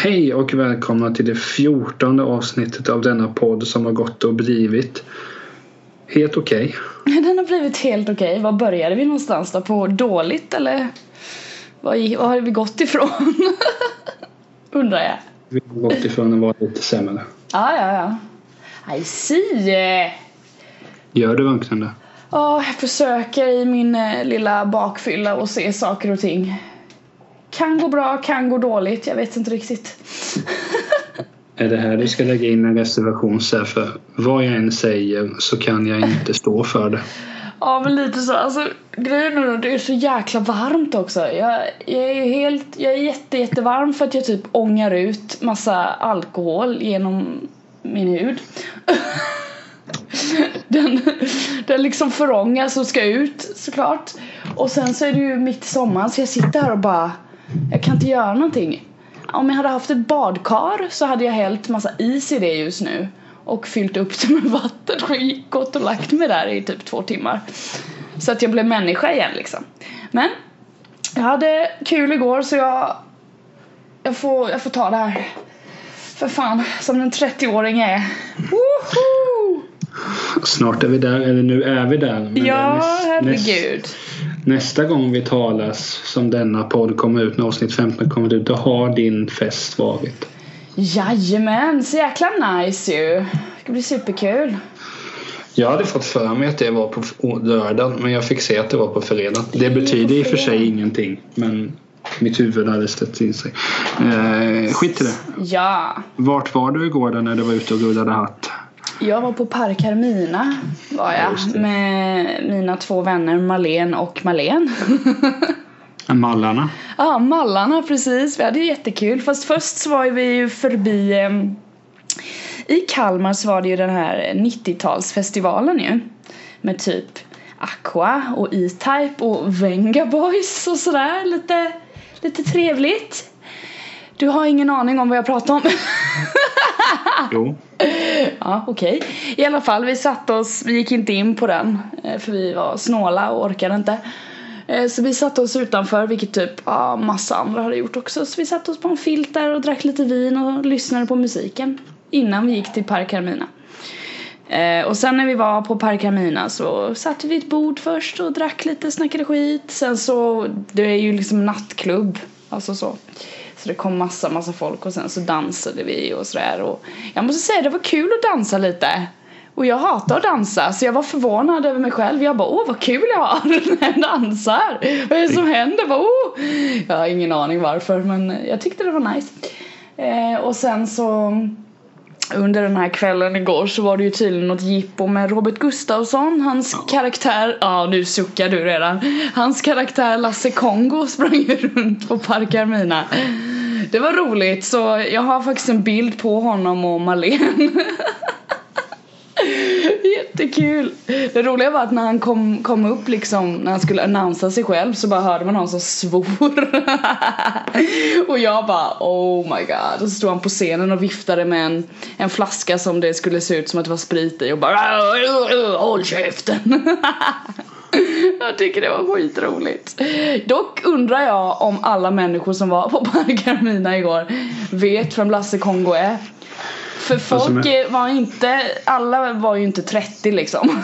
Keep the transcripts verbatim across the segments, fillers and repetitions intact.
Hej och välkomna till det fjortonde avsnittet av denna podd som har gått och blivit helt okej. Okay. Den har blivit helt okej. Okay. Var började vi någonstans då? På dåligt eller? Vad, vad har vi gått ifrån? Undrar jag. Vi har gått ifrån att vara lite sämre. Ah, ja, ja. I see. Gör du verkligen det? Ja, jag försöker i min eh, lilla bakfylla och se saker och ting. Kan gå bra, kan gå dåligt. Jag vet inte riktigt. Är det här du ska lägga in en reservation så för vad jag än säger så kan jag inte stå för det. Ja, men lite så. Alltså, grejen är att det är så jäkla varmt också. Jag, jag är helt, jag är jätte, jättevarm för att jag typ ångar ut massa alkohol genom min hud. Den, den liksom förångas och ska ut såklart. Och sen så är det ju mitt i sommaren så jag sitter här och bara jag kan inte göra någonting. Om jag hade haft ett badkar så hade jag hällt massa is i det just nu och fyllt upp det med vatten och gick gått och lagt mig där i typ två timmar. Så att jag blev människa igen liksom. Men jag hade kul igår så jag jag får, jag får ta det här. För fan, som en trettioåring är. Woho! Snart är vi där, eller nu är vi där. Men ja, näst, herregud. Näst, nästa gång vi talas som denna podd kommer ut, när avsnitt femton kommer ut, då har din fest varit. Jajamän, så jäkla nice ju. Det ska bli superkul. Jag hade fått för mig att det var på lördag, men jag fick se att det var på fredag. Det betyder i och för sig ingenting, men mitt huvud hade stött in sig. Eh, skit i det. Ja. Vart var du igår då när du var ute och rullade hatt? Jag var på Park Hermina var jag ja, med mina två vänner Malén och Malén. Mallarna. Ja, Mallarna, precis. Vi hade jättekul. Fast först så var vi ju förbi eh, i Kalmar så var det ju den här nittiotalsfestivalen ju. Med typ Aqua och E-Type och Venga Boys och sådär. Lite, lite trevligt. Du har ingen aning om vad jag pratar om. Jo. Ja, okej. Okay. I alla fall, vi satt oss, vi gick inte in på den för vi var snåla och orkade inte. Så vi satt oss utanför, vilket typ ja, massa andra hade gjort också. Så vi satt oss på en filt där och drack lite vin och lyssnade på musiken innan vi gick till Park Hermina. Och sen när vi var på Park Hermina så satt vi vid ett bord först och drack lite, snackade skit. Sen så, det är ju liksom nattklubb, alltså så. Så det kom massa, massa folk och sen så dansade vi och sådär. Och jag måste säga, det var kul att dansa lite. Och jag hatar att dansa, så jag var förvånad över mig själv. Jag bara, åh vad kul jag har när jag dansar. Vad är det som händer? Bara, åh. Jag har ingen aning varför, men jag tyckte det var nice. Eh, och sen så under den här kvällen igår så var det ju tydligen något jippo med Robert Gustafsson. Hans ja. karaktär, ja nu suckar du redan. Hans karaktär Lasse Kongo sprang runt på Park Hermina. Det var roligt, så jag har faktiskt en bild på honom och Malén. Jättekul. Det roliga var att när han kom, kom upp liksom, när han skulle annonsa sig själv, så bara hörde man någon som svor. Och jag bara, oh my god. Och så stod han på scenen och viftade med en, en flaska som det skulle se ut som att det var sprit i. Och bara, håll käften. Jag tycker det var skitroligt. Dock undrar jag om alla människor som var på Park Hermina igår vet vem Lasse Kongo är. För folk var inte, alla var ju inte trettio liksom.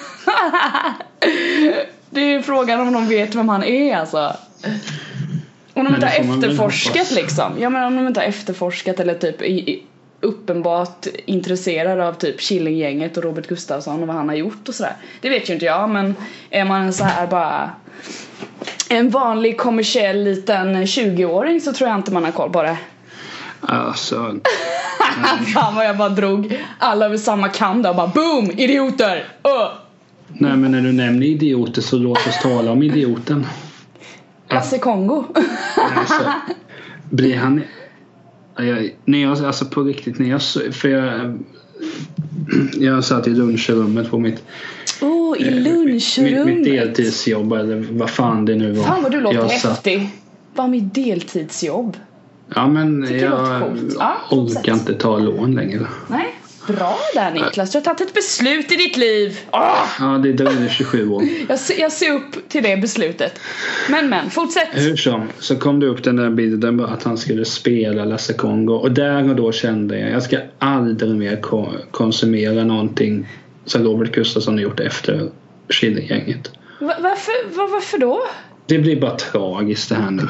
Det är frågan om de vet vem han är alltså. Om de inte har efterforskat liksom. Ja, men om de inte har efterforskat eller typ i, uppenbart intresserade av typ Killinggänget och Robert Gustafsson och vad han har gjort och sådär. Det vet ju inte jag, men är man en så här bara en vanlig kommersiell liten tjugoåring så tror jag inte man har koll på det. Alltså fan vad jag bara drog alla över samma kam där och bara boom, idioter. uh. Nej, men när du nämner idioter så låt oss tala om idioten Lasse Kongo. Alltså, blir han jag, när jag, alltså på riktigt när jag, för jag jag satt i lunchrummet på mitt oh, i lunchrummet mitt, mitt deltidsjobb eller vad fan det nu var. Fan vad du låter jag häftig satt, vad mitt deltidsjobb. ja men tycker jag ja, orkar inte ta lån längre. Nej. Bra där Niklas, du har tagit ett beslut i ditt liv. oh! Ja, det dröjde tjugosju år. jag, ser, jag ser upp till det beslutet. Men men, fortsätt. Hur som, så kom det upp den där bilden att han skulle spela Lasse Kongo. Och där och då kände jag, jag ska aldrig mer ko- konsumera någonting som Robert Gustafsson har gjort efter Killinggänget. Va- varför, va- varför då? Det blir bara tragiskt det här nu.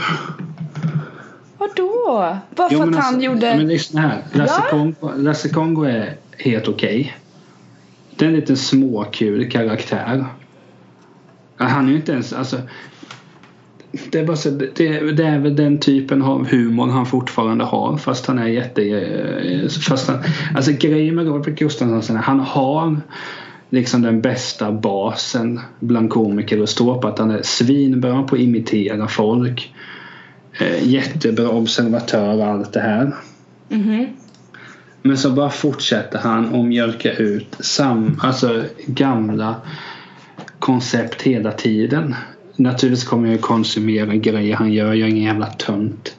Vadå? Bara för Jo, att men han alltså, gjorde... Men lyssna här, Lasse, Ja? Kongo, Lasse Kongo är helt okej. Okay. Det är en liten småkul karaktär. Han är ju inte ens, alltså, det är bara så, det, det är väl den typen av humor han fortfarande har, fast han är jätte, fast han, alltså grejen med Robert Gustafsson, han har liksom den bästa basen bland komiker att stå på, att han är svinbra på att imitera folk, eh, jättebra observatör och allt det här. Mhm. Men så bara fortsätter han att mjölka ut sam, alltså gamla koncept hela tiden. Naturligtvis kommer jag konsumera grejer han gör. Jag är ingen jävla tönt.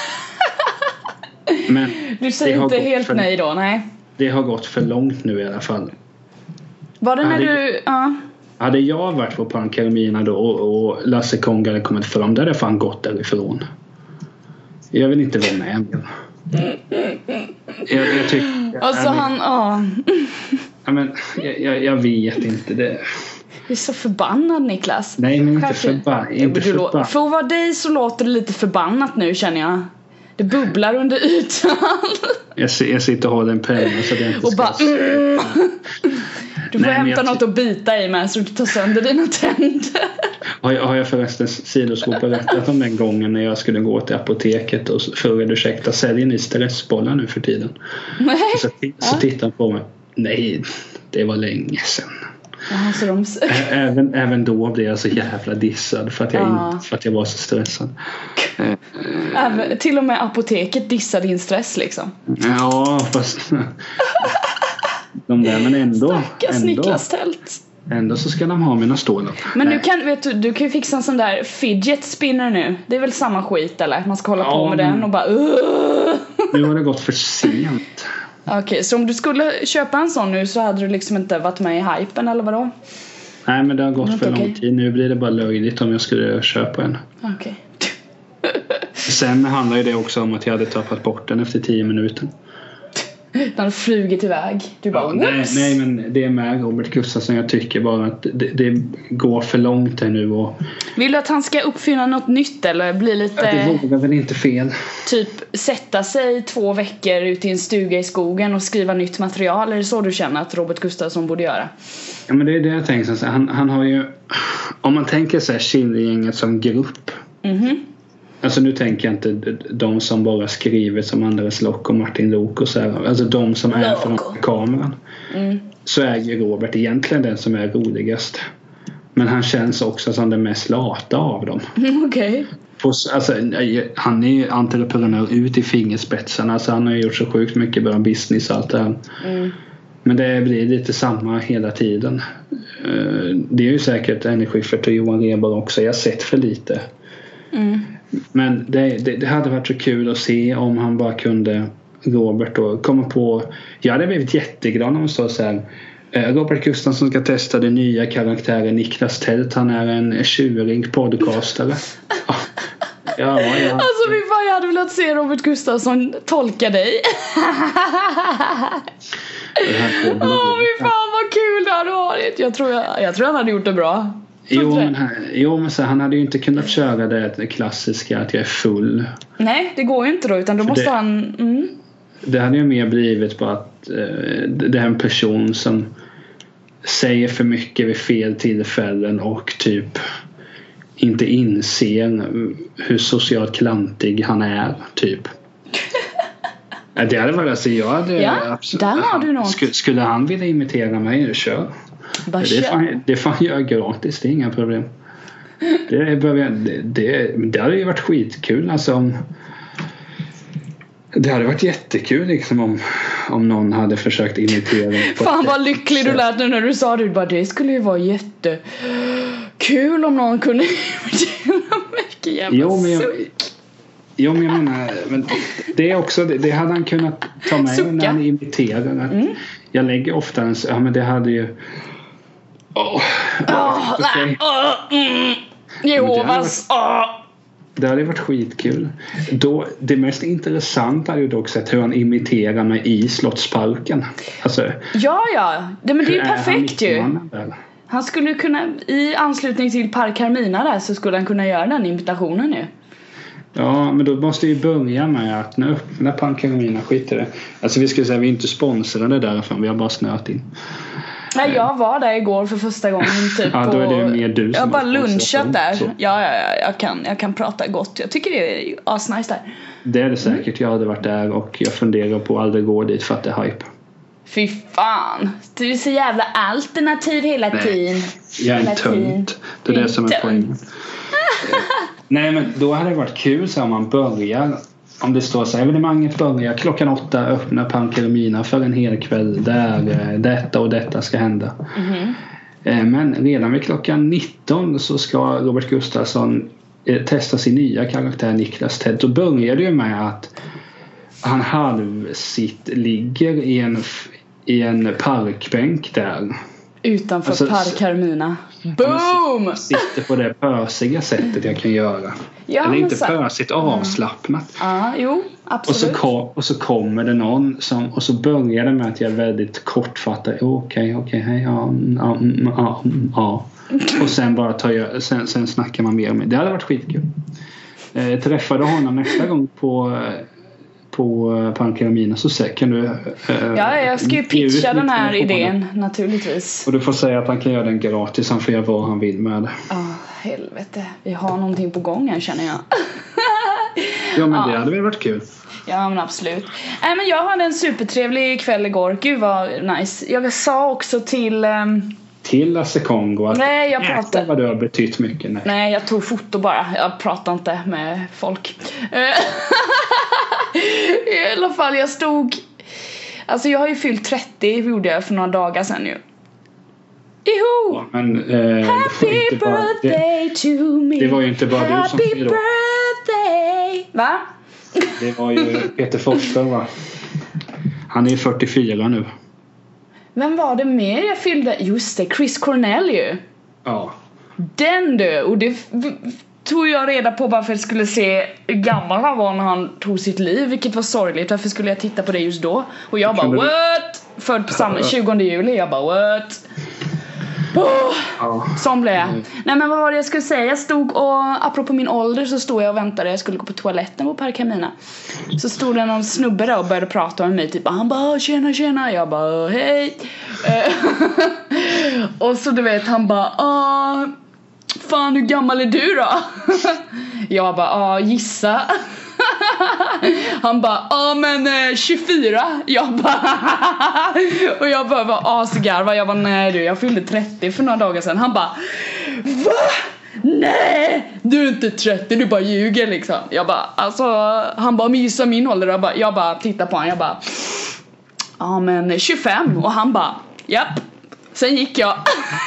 Men Du säger inte helt för, nej då, nej. Det har gått för långt nu i alla fall. Var det när hade, du... Ja. Hade jag varit på Pankaramina då och, och Lasse Kongo hade kommit fram, där hade jag fan gått därifrån. Jag vill inte vara med mer. Jag, jag tycker... Och så jag, han... Ja. Ja, men, jag, jag, jag vet inte det. Du är så förbannad, Niklas. Nej, men inte Kanske- förbannad. Inte Du lå- förbannad. För att vara dig så låter det lite förbannat nu, känner jag. Det bubblar under ytan. Jag, jag sitter och håller en penna så det inte Och ska... bara... Mm. Du får Nej, men hämta jag något att bita i med så du inte tar sönder dina tänder. Har jag, har jag förresten sidoskåp berättat om den gången när jag skulle gå till apoteket och frågade ursäkta, säljer ni stressbollar nu för tiden? Nej. Så, så tittade han på mig. Nej, det var länge sedan. Jaha, så de... Ä- Även, även då blev jag så jävla dissad för att jag, Ja. inte, för att jag var så stressad. Även, till och med apoteket dissar din stress liksom. Ja, fast... de där, men ändå... Stackars ändå, Niklas Tält. ändå så ska de ha mina stålar. Men Nej. du kan, vet du, du kan ju fixa en sån där fidget spinner nu. Det är väl samma skit eller? Man ska hålla Ja, på med men- den och bara uh. Nu har det gått för sent. Okej, okay, så om du skulle köpa en sån nu så hade du liksom inte varit med i hypen eller vadå? Nej, men det har gått Inte för lång okej. tid. Nu blir det bara löjligt om jag skulle köpa en. Okej. Sen handlar ju det också om att jag hade tappat bort den efter tio minuter. Den har flugit iväg. Du bara Ja, nej, whoops. nej, men det är med Robert Gustafsson. Jag tycker bara att det, det går för långt här nu. Och Vill du att han ska uppfinna något nytt eller bli lite det vore väl inte fel. typ sätta sig två veckor ut i en stuga i skogen och skriva nytt material? Är det så du känner att Robert Gustafsson borde göra? Ja, men det är det jag tänker. Så han, han har ju... Om man tänker sig Killinggänget som grupp. Mhm. Alltså nu tänker jag inte de som bara skriver som Andres Lock och Martin Lok och så här. Alltså de som är Loco. framför kameran. Mm. Så är ju Robert egentligen den som är roligast. Men han känns också som den mest lata av dem. Okej. På, alltså, han är ju entreprenör ut i fingerspetsarna. Alltså, han har ju gjort så sjukt mycket bra business och allt det här. Mm. Men det blir lite samma hela tiden. Eh, Det är ju säkert energi för Johan Rheborg också. Jag har sett för lite. Mm. Men det, det, det hade varit så kul att se om han bara kunde, Robert då, komma på. Jag hade blivit jätteglad om man står så här: eh, Robert Gustafsson ska testa den nya karaktären Niklas Tält. Han är en tjurig podcastare. Ja, ja, ja. Alltså vi fan, jag hade velat se Robert Gustafsson tolka dig. Det här får bli- Åh fy fan vad kul det hade varit. Jag tror, jag, jag tror han hade gjort det bra. Jo men, här, jo men så han hade ju inte kunnat köra det, det klassiska att jag är full. Nej det går ju inte då, utan då För måste det- han mm. Det hade ju mer blivit på att eh, det är en person som säger för mycket vid fel tillfällen och typ inte inser hur socialt klantig han är typ. Ja, det hade varit, alltså jag hade Ja, absolut, där har du något. Skulle, skulle han vilja imitera mig, kör. Bara Det kör. fan, det fan gör gratis, det är inga problem. Det, börjar, det, det, det hade ju varit skitkul alltså om, det hade varit jättekul liksom om, om någon hade försökt imitera på Fan ett vad lycklig du sätt. lät nu när du sa det. Bara, det skulle ju vara jättekul om någon kunde imitera mycket jävla Jo, men jag, suck. Jo, men jag menar, men det är också, det, det hade han kunnat ta med Sucka. när han imiterar. Att Mm. Jag lägger ofta en, ja men det hade ju... Åh, Åh, okej. nej, åh, mm. Jehovas, åh. Det hade varit skitkul. Då, det mest intressanta är ju dock sett hur han imiterar mig i Slottsparken. Alltså, Ja, ja. Det, men det är ju hur han perfekt ju. ikmannen där? Han skulle ju kunna, i anslutning till Park Hermina där, så skulle han kunna göra den imitationen nu. Ja, men då måste vi börja med att när öppna Park Hermina, skit i det. Alltså vi ska säga, vi är inte sponsrade därifrån, vi har bara snöat in. Nej, jag var där igår för första gången typ. Ja, då är det mer du som jag har bara har sponsrat lunchat dem, där. så. Ja, ja, ja, jag kan, jag kan prata gott. Jag tycker det är asnice där. Det är det säkert, jag hade varit där och jag funderar på att aldrig gå dit för att det är hype. Fy fan. Du är så jävla alternativ hela Nej, tiden. Jag är Hela en tönt. Det är tiden. det som är Tönt. poängen. Nej, men då hade det varit kul så om man börjar. Om det står så här, evenemanget börjar klockan åtta, öppna Park Hermina för en hel kväll där eh, detta och detta ska hända. Mhm. Eh, Men redan vid klockan nitton så ska Robert Gustafsson eh, testa sin nya karaktär Niklas Ted. Då börjar det ju med att han halvsitt ligger i en, f- i en parkbänk där. Utanför Alltså, Park Hermina. Boom! Sitter på det pösiga sättet jag kan göra. Ja, Eller men inte så- pösigt, avslappnat. Ja, jo, Och så, absolut. kom, och så kommer det någon som, och så börjar det med att jag är väldigt kortfattad. Okej, okej, hej, ja, ja, mm, ja, mm, ja. Och sen bara tar jag, sen, sen snackar man mer med. Det hade varit skitkul. Eh, Jag träffade honom nästa gång på på Park Hermina, så säkert kan du eh, Ja, jag ska ju ge ut pitcha den lite här information. idén, naturligtvis. Och du får säga att han kan göra den gratis. Han får göra vad han vill med det. Ja, helvete. Vi har någonting på gång här, känner jag. Ja, men Ja. det hade väl varit kul. Ja, men absolut. Nej, men jag hade en supertrevlig kväll igår. Gud vad nice. Jag sa också till... ehm, Till Lasse Kongo att Nej, jag jäklar pratar- vad du har betytt mycket. Nej. Nej, jag tog foto bara. Jag pratar inte med folk. Eh, I alla fall, jag stod... Alltså, jag har ju fyllt trettio, gjorde jag för några dagar sedan ju. Joho! Men eh, det, var Happy inte bara, det, birthday to me. det var ju inte bara du som Happy fyllde år. birthday. Va? det var ju Peter Forsberg, va? Han är ju fyrtiofyra nu. Vem var det mer jag fyllde? Just det, Chris Cornell ju. Ja. Den du. Och det f- f- tog jag reda på bara för att jag skulle se hur gammal han var när han tog sitt liv. Vilket var sorgligt. Varför skulle jag titta på det just då? Och jag bara, Kunde du- what? Född på samma tjugonde juli. Jag bara, what? Oh, Ja. sån blev jag. Mm. Nej, men vad var det jag skulle säga? Jag stod och, apropå min ålder, så stod jag och väntade. Jag skulle gå på toaletten på Park Hermina. Så stod det någon snubbe där och började prata med mig. Typ, han bara, tjena, tjena. Jag bara, hej. Eh, och så du vet, han bara, ah, fan, hur gammal är du då? Jag bara, ah, gissa. Han bara, ja men eh, tjugofyra. Jag bara och jag bara var asgarva. Jag bara, nej du, jag fyllde trettio för några dagar sedan. Han bara, va? Nej, du är inte trettio, du bara ljuger liksom. Jag bara, alltså, han bara, men gissa min ålder. Jag bara, jag bara tittar på honom, jag bara, ja men tjugofem. Och han bara, japp. Sen gick jag.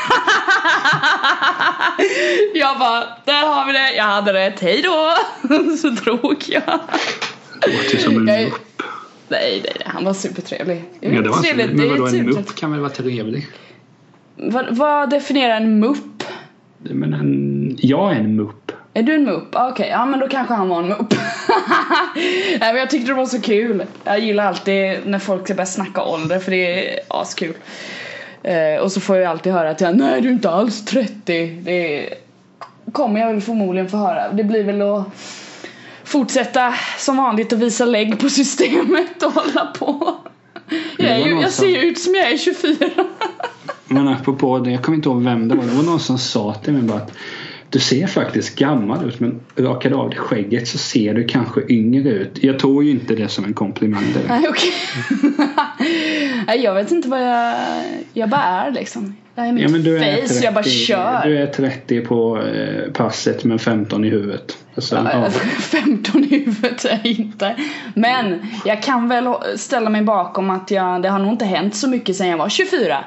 Jag bara, där har vi det. Jag hade rätt, hej då. Så drog jag. Det låter som en Jag- mupp. Nej, nej, nej, han var supertrevlig. Ja, det var Trevligt, så, men det är vadå, en supertrevligt. mupp kan väl vara trevlig? Vad, vad definierar en mupp? Men en, jag är en mupp. Är du en mupp? Ah, Okej, ja men då kanske han var en mupp. Nej, men jag tyckte det var så kul. Jag gillar alltid när folk ska börja snacka ålder, för det är askul. Eh, och så får jag alltid höra att jag, nej du är inte alls trettio. Det kommer jag väl förmodligen få höra. Det blir väl att fortsätta som vanligt och visa lägg på systemet och hålla på. Jag, är ju, jag ser ju ut som jag är tjugofyra. Men apropå det, jag kommer inte ihåg vem det var. Det var någon som sa till mig bara att du ser faktiskt gammal ut, men rakar du av dig skägget så ser du kanske yngre ut. Jag tog ju inte det som en komplimang. Nej, okej. Nej, jag vet inte vad jag... Jag bara är liksom. Det här är mitt Ja, men du är face, trettio, jag bara kör. Du är trettio på eh, passet med femton i huvudet. Alltså, Ja, ja. femton i huvudet är jag inte. Men jag kan väl ställa mig bakom att jag, det har nog inte hänt så mycket sedan jag var tjugofyra.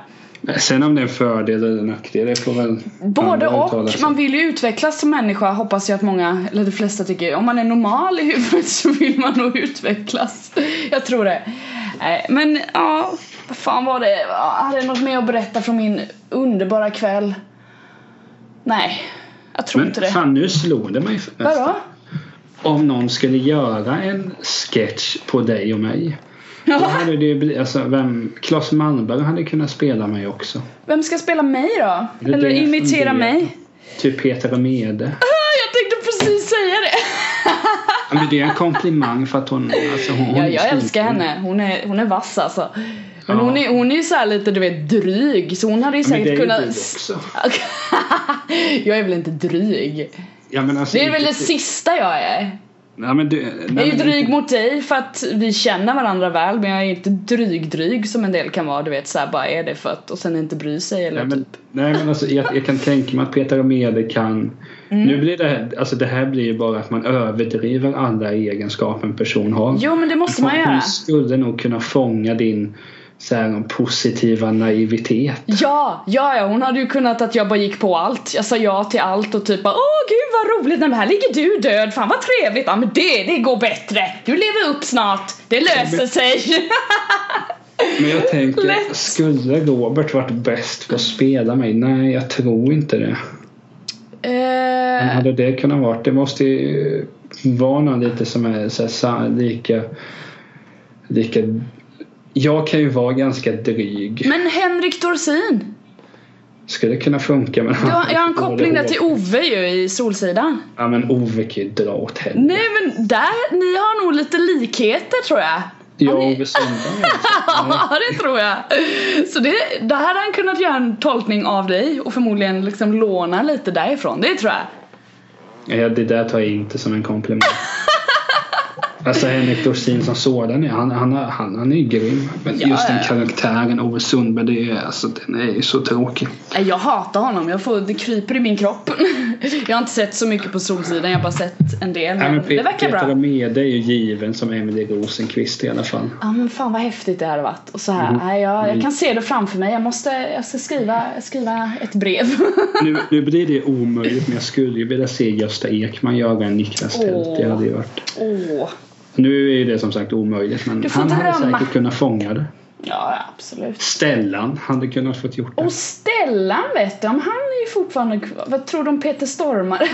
Sen om det är en fördel eller en nackdel, det får väl både och. Man vill ju utvecklas som människa, hoppas jag att många, eller de flesta tycker. Om man är normal i huvudet så vill man nog utvecklas. Jag tror det. Nej, men ja, vad fan var det? Hade jag något mer att berätta från min underbara kväll? Nej, jag tror men, inte det. Men fan, nu slog det mig. Vadå? Om någon skulle göra en sketch på dig och mig. Ja. Då hade det blivit, alltså, vem, Claes Malmberg hade kunnat spela mig också. Vem ska spela mig då? Det eller det imitera mig? Typ Peter Mede. Ah, jag tänkte precis säga det. Ja, men det är en komplimang för att hon, alltså, hon ja, jag älskar henne. Hon är, hon är vass alltså. Men ja. hon, är, hon är ju så här lite, du vet, dryg. Så hon hade ju säkert kunnat... Men det är också. Jag är väl inte dryg. Ja, men alltså, det är väl inte... det sista jag är. Ja, men du, jag är ju dryg inte... mot dig för att vi känner varandra väl. Men jag är inte dryg dryg som en del kan vara. Du vet, så här, bara är det för att och sen inte bry sig eller nej, men, typ. Nej, men alltså jag, jag kan tänka mig att Peter Mede kan mm. Nu blir det här, alltså det här blir ju bara att man överdriver alla egenskaper en person har. Jo, men det måste man, man göra. Hon skulle nog kunna fånga din så här, positiva naivitet. Ja, ja, ja, hon hade ju kunnat att jag bara gick på allt. Jag sa ja till allt och typ bara, åh gud vad roligt, nej, men här ligger du död, fan vad trevligt. Ja, men det, det går bättre, du lever upp snart, det löser men, sig. Men jag tänker, lätt. Skulle Robert varit bäst på att spela mig? Nej, jag tror inte det. Men hade det kunnat vara? Det måste ju vara någon lite som är så här, lika lika jag kan ju vara ganska dryg. Men Henrik Dorsin skulle kunna funka med. Ja, jag har en koppling där till Ove ju i Solsidan. Ja, men Ove kan ju dra åt helvete. Nej, men där, ni har nog lite likheter tror jag. Ja, Ove Sundberg. Ja, det tror jag. Så det, där hade han kunnat göra en tolkning av dig och förmodligen liksom låna lite därifrån. Det tror jag. Ja, det där tar jag inte som en komplimang. Alltså Henrik Dorsin som sådan, han, han, han, han är ju grym. Men ja, just den ja. karaktären Ove Sundberg, det är, alltså, den är ju så tråkig. Jag hatar honom, jag får, det kryper i min kropp. Jag har inte sett så mycket på Solsidan, jag har bara sett en del. Men, ja, men Pe- det verkar Peter bra. Mede är ju given som Emily Rosenqvist i alla fall. Ja, men fan vad häftigt det hade varit. Och så här, mm. nej, jag, jag kan se det framför mig. Jag måste, jag ska skriva, skriva ett brev. nu, nu blir det omöjligt, men jag skulle ju vilja se Gösta Ekman göra en Niklas Tält. Oh. Det hade ju varit. Åh. Nu är det som sagt omöjligt, men han hade drömma. säkert kunnat fånga det. Ja, absolut. Stellan hade kunnat fått gjort det. Och Stellan, vet du, om han är ju fortfarande kvar. Vad tror du om Peter Stormare?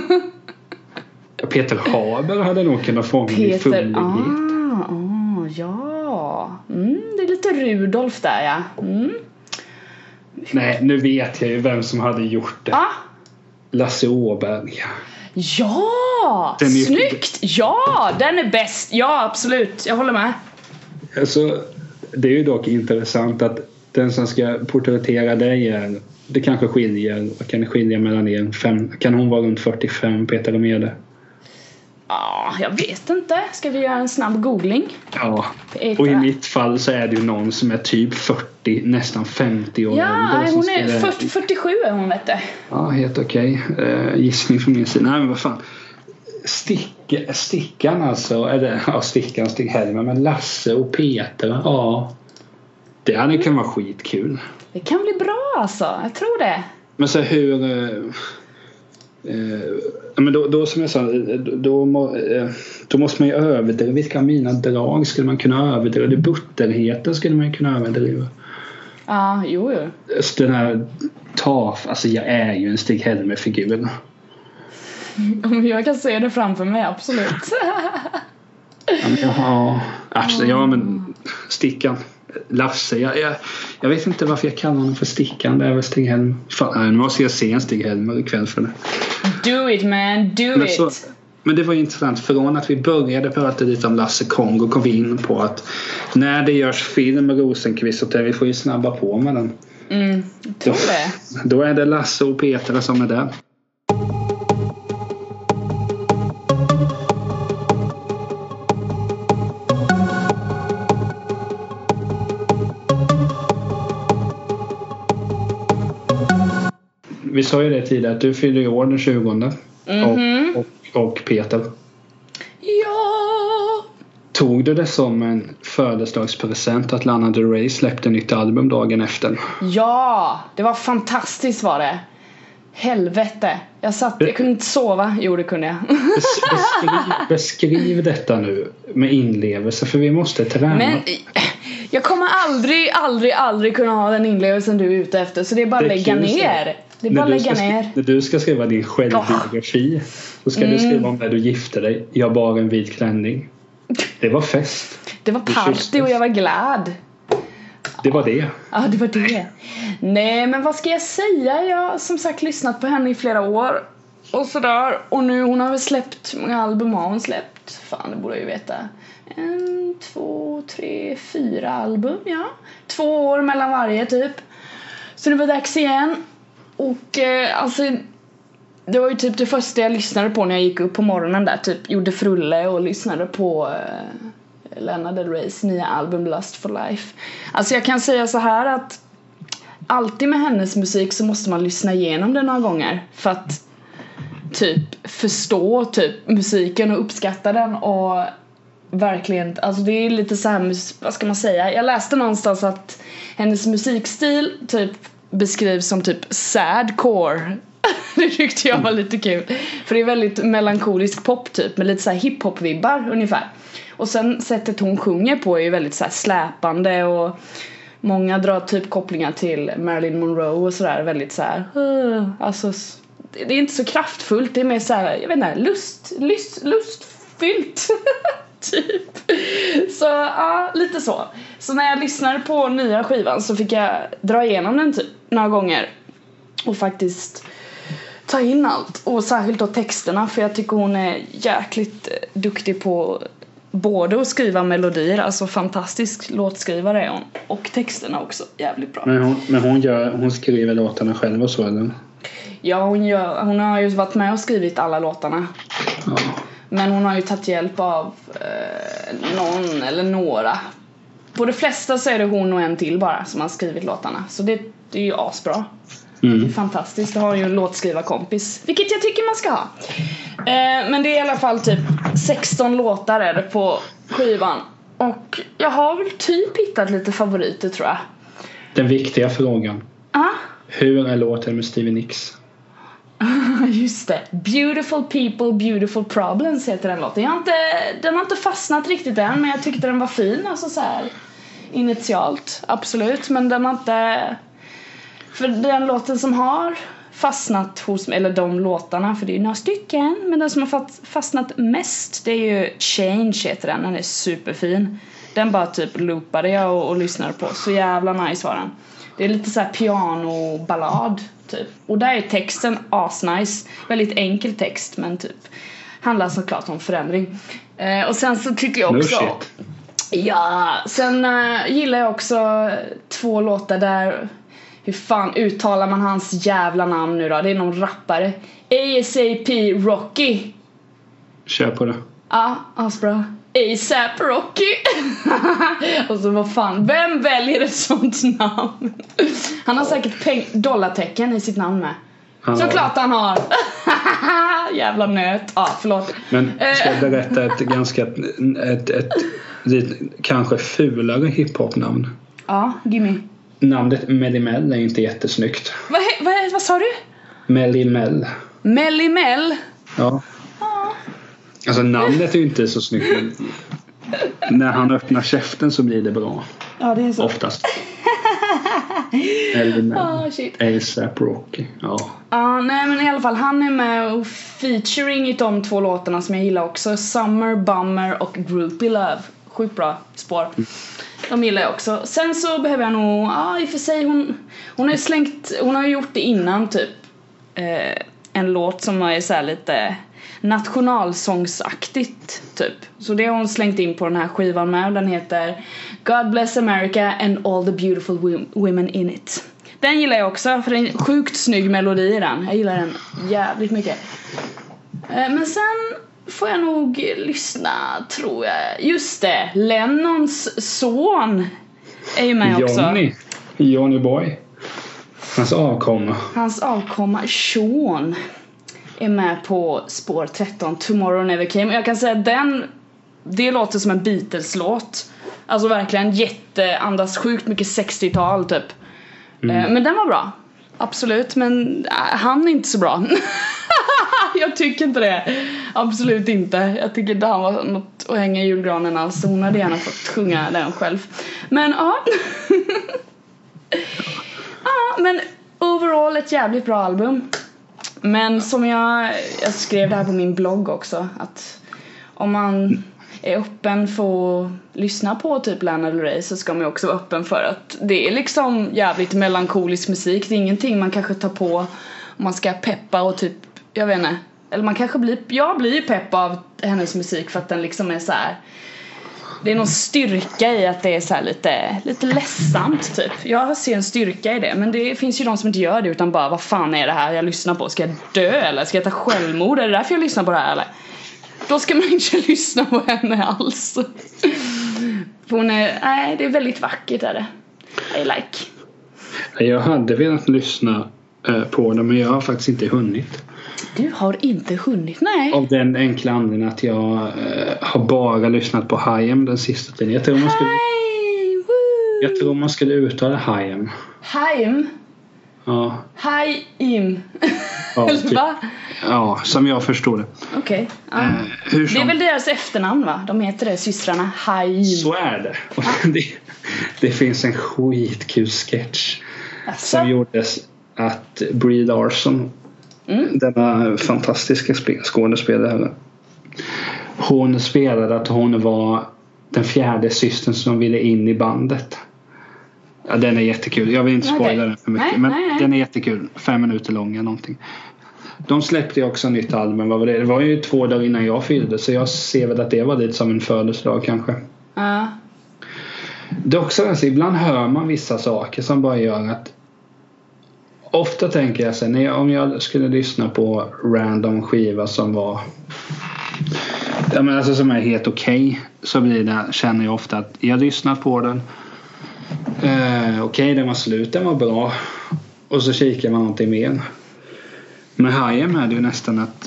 Peter Haber hade nog kunnat fånga Peter, i fullighet. Ah, ah, ja. Mm, det är lite Rudolf där, ja. Mm. Nej, nu vet jag ju vem som hade gjort det. Ah. Lasse Åberg. Ja, snyggt. Ja, den är bäst. Ja, absolut. Jag håller med. Alltså, det är ju dock intressant att den som ska porträttera dig är, det kanske skiljer, vad kan det skilja mellan er? Fem, kan hon vara runt fyrtiofem, Peter Mede? Ja, jag vet inte. Ska vi göra en snabb googling? Ja, och i mitt fall så är det ju någon som är typ fyrtio, nästan femtio år. Ja, hon är fyrtio, fyrtiosju är hon, vet du. Ja, helt okej. Okay. Uh, gissning från min sida. Nej, men vad fan. Stick, stickan alltså, eller ja, stickan, Stig-Helmer, men Lasse och Peter, ja. Det hade mm. kan vara skitkul. Det kan bli bra alltså, jag tror det. Men så hur... Uh, Uh, men då, då som jag sa då, må, uh, då måste man ju överdriva vilka av mina drag skulle man kunna överdriva, det butterheten skulle man kunna överdriva. Ja, uh, jo jo. Den här taf, alltså jag är ju en Stig-Helmer-figur. Jag kan se det framför mig, absolut. Ja, men, ja, absolut, ja men Stickan, Lasse, jag, jag, jag vet inte varför jag kallar honom för Stickan. Det är väl Stig-Helmer. Fan, nu måste jag se en Stig-Helmer ikväll för det. Do it man, do men it så, Men det var ju intressant, från att vi började prata lite om Lasse Kongo kom vi in på att när det görs film med Rosenqvist, och vi får ju snabba på med den. Mm, jag tror det. Då är det Lasse och Peter som är där. Vi sa ju det tidigare att du fyller år den tjugonde. Mm-hmm. och, och, och Peter. Ja. Tog du det som en födelsedagspresent att Lana Del Rey släppte nytt album dagen efter? Ja, det var fantastiskt var det. Helvete. Jag satt, jag kunde inte sova. Jo, det kunde jag. Beskriv, beskriv detta nu med inlevelse, för vi måste träna. Men jag kommer aldrig, aldrig, aldrig kunna ha den inlevelsen du är ute efter. Så det är bara att lägga ner. Det är bara att lägga ner. När du ska skriva din självbiografi, oh. så ska mm. du skriva om när du gifte dig. Jag bar en vit klänning. Det var fest. Det var party och jag var glad. Det var det. Ja, det var det. Nej, men vad ska jag säga? Jag har som sagt lyssnat på henne i flera år. Och sådär. Och nu, hon har väl släppt, många album har hon släppt. Fan, det borde jag ju veta. En, två, tre, fyra album, ja. Två år mellan varje typ. Så det var dags igen. Och eh, alltså, det var ju typ det första jag lyssnade på när jag gick upp på morgonen där. Typ gjorde frulle och lyssnade på eh, Lana Del Reys nya album Lust for Life. Alltså jag kan säga så här att alltid med hennes musik så måste man lyssna igenom den några gånger. För att typ förstå typ musiken och uppskatta den. Och verkligen, alltså det är lite så här, vad ska man säga? Jag läste någonstans att hennes musikstil typ beskrivs som typ sadcore. Det tyckte jag var lite kul. För det är väldigt melankolisk pop typ, med lite så här hiphop-vibbar ungefär. Och sen sättet hon sjunger på är ju väldigt så här släpande. Och många drar typ kopplingar till Marilyn Monroe och sådär. Väldigt så här, uh, alltså det är inte så kraftfullt. Det är mer så här, jag vet inte, lust, lust, lustfyllt. Typ. Så ja, lite så. Så när jag lyssnade på nya skivan så fick jag dra igenom den typ några gånger. Och faktiskt ta in allt. Och särskilt då texterna. För jag tycker hon är jäkligt duktig på både att skriva melodier. Alltså fantastisk låtskrivare är hon. Och texterna också jävligt bra. Men hon, men hon, gör, hon skriver låtarna själv och så, eller? Ja, hon, gör, hon har ju varit med och skrivit alla låtarna. Ja. Men hon har ju tagit hjälp av eh, någon eller några. På de flesta så är det hon och en till bara som har skrivit låtarna. Så det, det är ju asbra. Mm. Det är fantastiskt. Det har ju en låtskrivarkompis, vilket jag tycker man ska ha. eh, Men det är i alla fall typ sexton låtar är det på skivan. Och jag har väl typ hittat lite favoriter, tror jag. Den viktiga frågan. Ah? Hur är låten med Stevie Nicks? Just det. Beautiful People, Beautiful Problems heter den låten. Jag har inte, den har inte fastnat riktigt än, men jag tyckte den var fin, alltså så här initialt, absolut. Men den har inte... För den låten som har fastnat hos mig, eller de låtarna, för det är ju några stycken, men den som har fastnat mest, det är ju Change heter den. Den är superfin. Den bara typ loopade jag och, och lyssnade på. Så jävla nice var den. Det är lite så här piano-ballad typ. Och där är texten asnice. Väldigt enkel text, men typ handlar såklart om förändring. eh, Och sen så tycker jag också no Ja, sen uh, gillar jag också två låtar där. Hur fan uttalar man hans jävla namn nu då? Det är någon rappare. A S A P Rocky. Kör på det. Ja, asbra. A$AP Rocky. Och så vad fan, vem väljer ett sånt namn? Han har säkert peng- dollartecken i sitt namn med. Han såklart han har. Jävla nöt. Ja, förlåt. Men ska jag berätta ett ganska ett, ett, ett, ett kanske fulare hiphop-namn? Ja, gimme. Namnet Melly Mel är inte jättesnyggt. Vad, vad, vad sa du? Melly Mel. Melly Mel? Ja. Ja. Alltså namnet är ju inte så snyggt, men när han öppnar käften så blir det bra. Ja, det är så. Oftast. Melly Mel. Oh, shit. A$AP Rocky. Ja. Ja, nej men i alla fall han är med och featuring i de två låtarna som jag gillar också. Summer, Bummer och Groupie Love. Sjukt bra spår. Mm. De gillar jag också. Sen så behöver jag nog, ja i och för sig hon, hon har ju slängt, hon har ju gjort det innan typ eh, en låt som är så här lite nationalsångsaktigt typ. Så det har hon slängt in på den här skivan med. Den heter God Bless America and All the Beautiful Women in It. Den gillar jag också, för det är en sjukt snygg melodi i den. Jag gillar den jävligt mycket. eh, Men sen får jag nog lyssna, tror jag. Just det, Lennons son är ju med också. Johnny, Johnny Boy. Hans avkomma. Hans avkomma Sean är med på spår tretton, Tomorrow Never Came. Och jag kan säga att den det låter som en Beatles-låt. Alltså verkligen jätte, andas sjukt mycket sextiotal typ. mm. eh, Men den var bra. Absolut, men äh, han är inte så bra. Jag tycker inte det. Absolut inte. Jag tycker inte han var något att hänga i julgranen alls. Hon hade gärna fått sjunga den själv. Men ja. Ja, men overall ett jävligt bra album. Men som jag, jag skrev det här på min blogg också, att om man är öppen för att lyssna på typ Lana Del Rey, så ska man ju också vara öppen för att det är liksom jävligt melankolisk musik. Det är ingenting man kanske tar på om man ska peppa och typ, jag vet inte, eller man kanske blir, jag blir ju pepp av hennes musik för att den liksom är så här. Det är någon styrka i att det är så här lite, lite ledsamt typ. Jag ser en styrka i det. Men det finns ju de som inte gör det, utan bara, vad fan är det här jag lyssnar på? Ska jag dö eller? Ska jag ta självmord? Är det därför jag lyssnar på det här eller? Då ska man inte lyssna på henne alls. För hon är, nej, det är väldigt vackert är det. I like. Jag hade velat lyssna på det, men jag har faktiskt inte hunnit. Du har inte hunnit, nej. Av den enkla anledningen att jag uh, har bara lyssnat på Haim den sista tiden. Jag tror man skulle, jag tror man skulle uttala Haim. Haim? Ja. Haim. Ja, Eller typ, va? ja, som jag förstår det. Okej. Okay. Uh, uh, det är väl deras efternamn va? De heter det, systrarna Haim. Så är det. Och det, det finns en skitkul sketch alltså? Som gjordes att Brie Larson, Mm. denna fantastiska skådespelare, hon spelade att hon var den fjärde systern som ville in i bandet. Ja, den är jättekul. Jag vill inte spoila okay. den för mycket, nej, men nej, nej. Den är jättekul. Fem minuter lång eller någonting. De släppte ju också ett nytt album. Vad var det? Det var ju två dagar innan jag fyllde, så jag ser väl att det var lite som en födelsedag kanske. uh. Det är också alltså, ibland hör man vissa saker som bara gör att ofta tänker jag så här, om jag skulle lyssna på random skiva som var, ja men alltså som är helt okej, okay, så blir det, känner jag ofta att jag lyssnar på den. Eh, okej, okay, den var slut, den var bra. Och så kikar man någonting mer. Med Haim är det ju nästan att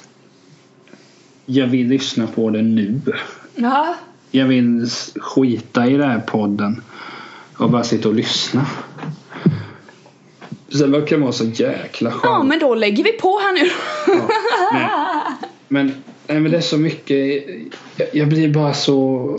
jag vill lyssna på den nu. Ja. Jag vill skita i den här podden och bara sitta och lyssna. Så det kan vara så jäkla skönt. Ja, men då lägger vi på här nu. Ja, nej. Men, nej, men det är så mycket. Jag, jag blir bara så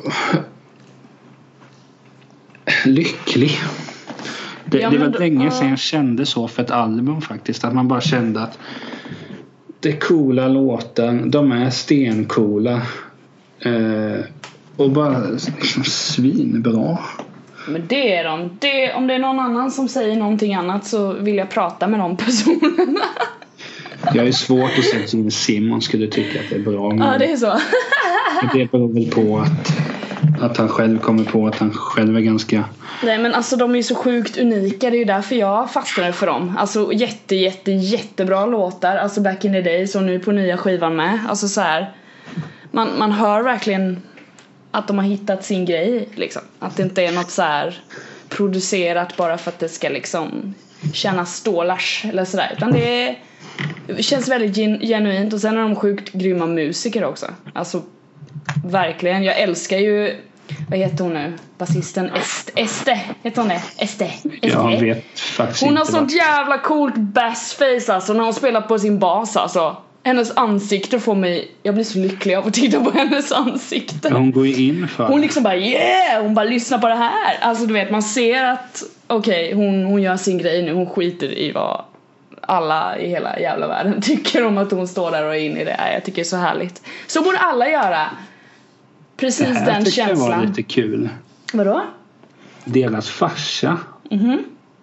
lycklig. Det, ja, det var då, länge sedan jag kände så för ett album faktiskt. Att man bara kände att det är coola låtar. De är stencoola. Eh, och bara liksom svinbra. Men det är de. Det, om det är någon annan som säger någonting annat så vill jag prata med de personerna. Jag är svårt att säga att Gene Simmons skulle tycka att det är bra. Men ja, det är så. Det beror väl på att, att han själv kommer på att han själv är ganska... Nej, men alltså de är ju så sjukt unika. Det är ju därför jag fastnade för dem. Alltså jätte, jätte, jättebra låtar. Alltså back in the days och nu på nya skivan med. Alltså så här. Man, man hör verkligen att de har hittat sin grej liksom. Att det inte är något så här producerat bara för att det ska liksom kännas stålars eller sådär. Utan det, är, det känns väldigt gen- genuint. Och sen är de sjukt grymma musiker också. Alltså verkligen. Jag älskar ju, vad heter hon nu? Basisten Este, Este heter hon det? Este, Este. Jag vet faktiskt hon inte. har sånt jävla coolt bassface alltså när hon spelar på sin bas alltså. Hennes ansikte får mig, jag blir så lycklig av att titta på hennes ansikte. Hon går ju in för. Hon liksom bara yeah, hon bara lyssnar på det här. Alltså du vet, man ser att okej, okay, hon, hon gör sin grej nu. Hon skiter i vad alla i hela jävla världen tycker om att hon står där och är inne i det. Jag tycker det är så härligt. Så borde alla göra. Precis den känslan. Det här var lite kul. Vadå? Deras farsa. Mhm.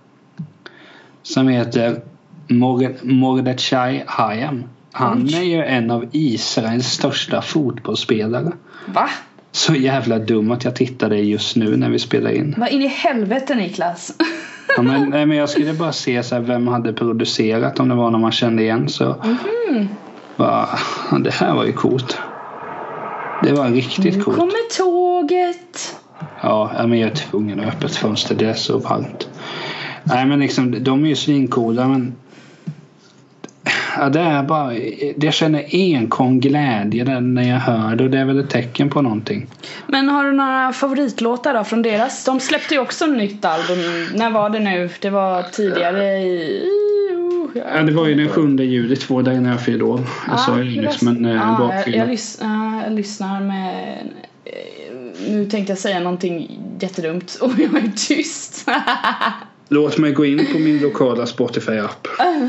Som heter Mordechai Haim. Han är ju en av Israels största fotbollsspelare. Va? Så jävla dum att jag tittade just nu när vi spelar in. Vad in i helvete, Niklas? Ja, men, nej, men jag skulle bara se så här, vem hade producerat, om det var någon man kände igen. Så mm-hmm. va, det här var ju coolt. Det var riktigt nu coolt. Nu kommer tåget. Ja, men jag är tvungen att öppna ett fönster. Det är så varmt. Nej, men liksom, de är ju svincoola, men ja, det är bara, jag känner enkom glädje när jag hör det, och det är väl ett tecken på någonting. Men har du några favoritlåtar då från deras? De släppte ju också ett nytt album. När var det nu? Det var tidigare i... Ja, det var ju den sjunde juli, två dagar när jag fyllde år. Jag sa ju nyss, men ja, jag, jag, lys, uh, jag lyssnar med... Nu tänkte jag säga någonting jättedumt och jag är tyst. Låt mig gå in på min lokala Spotify-app.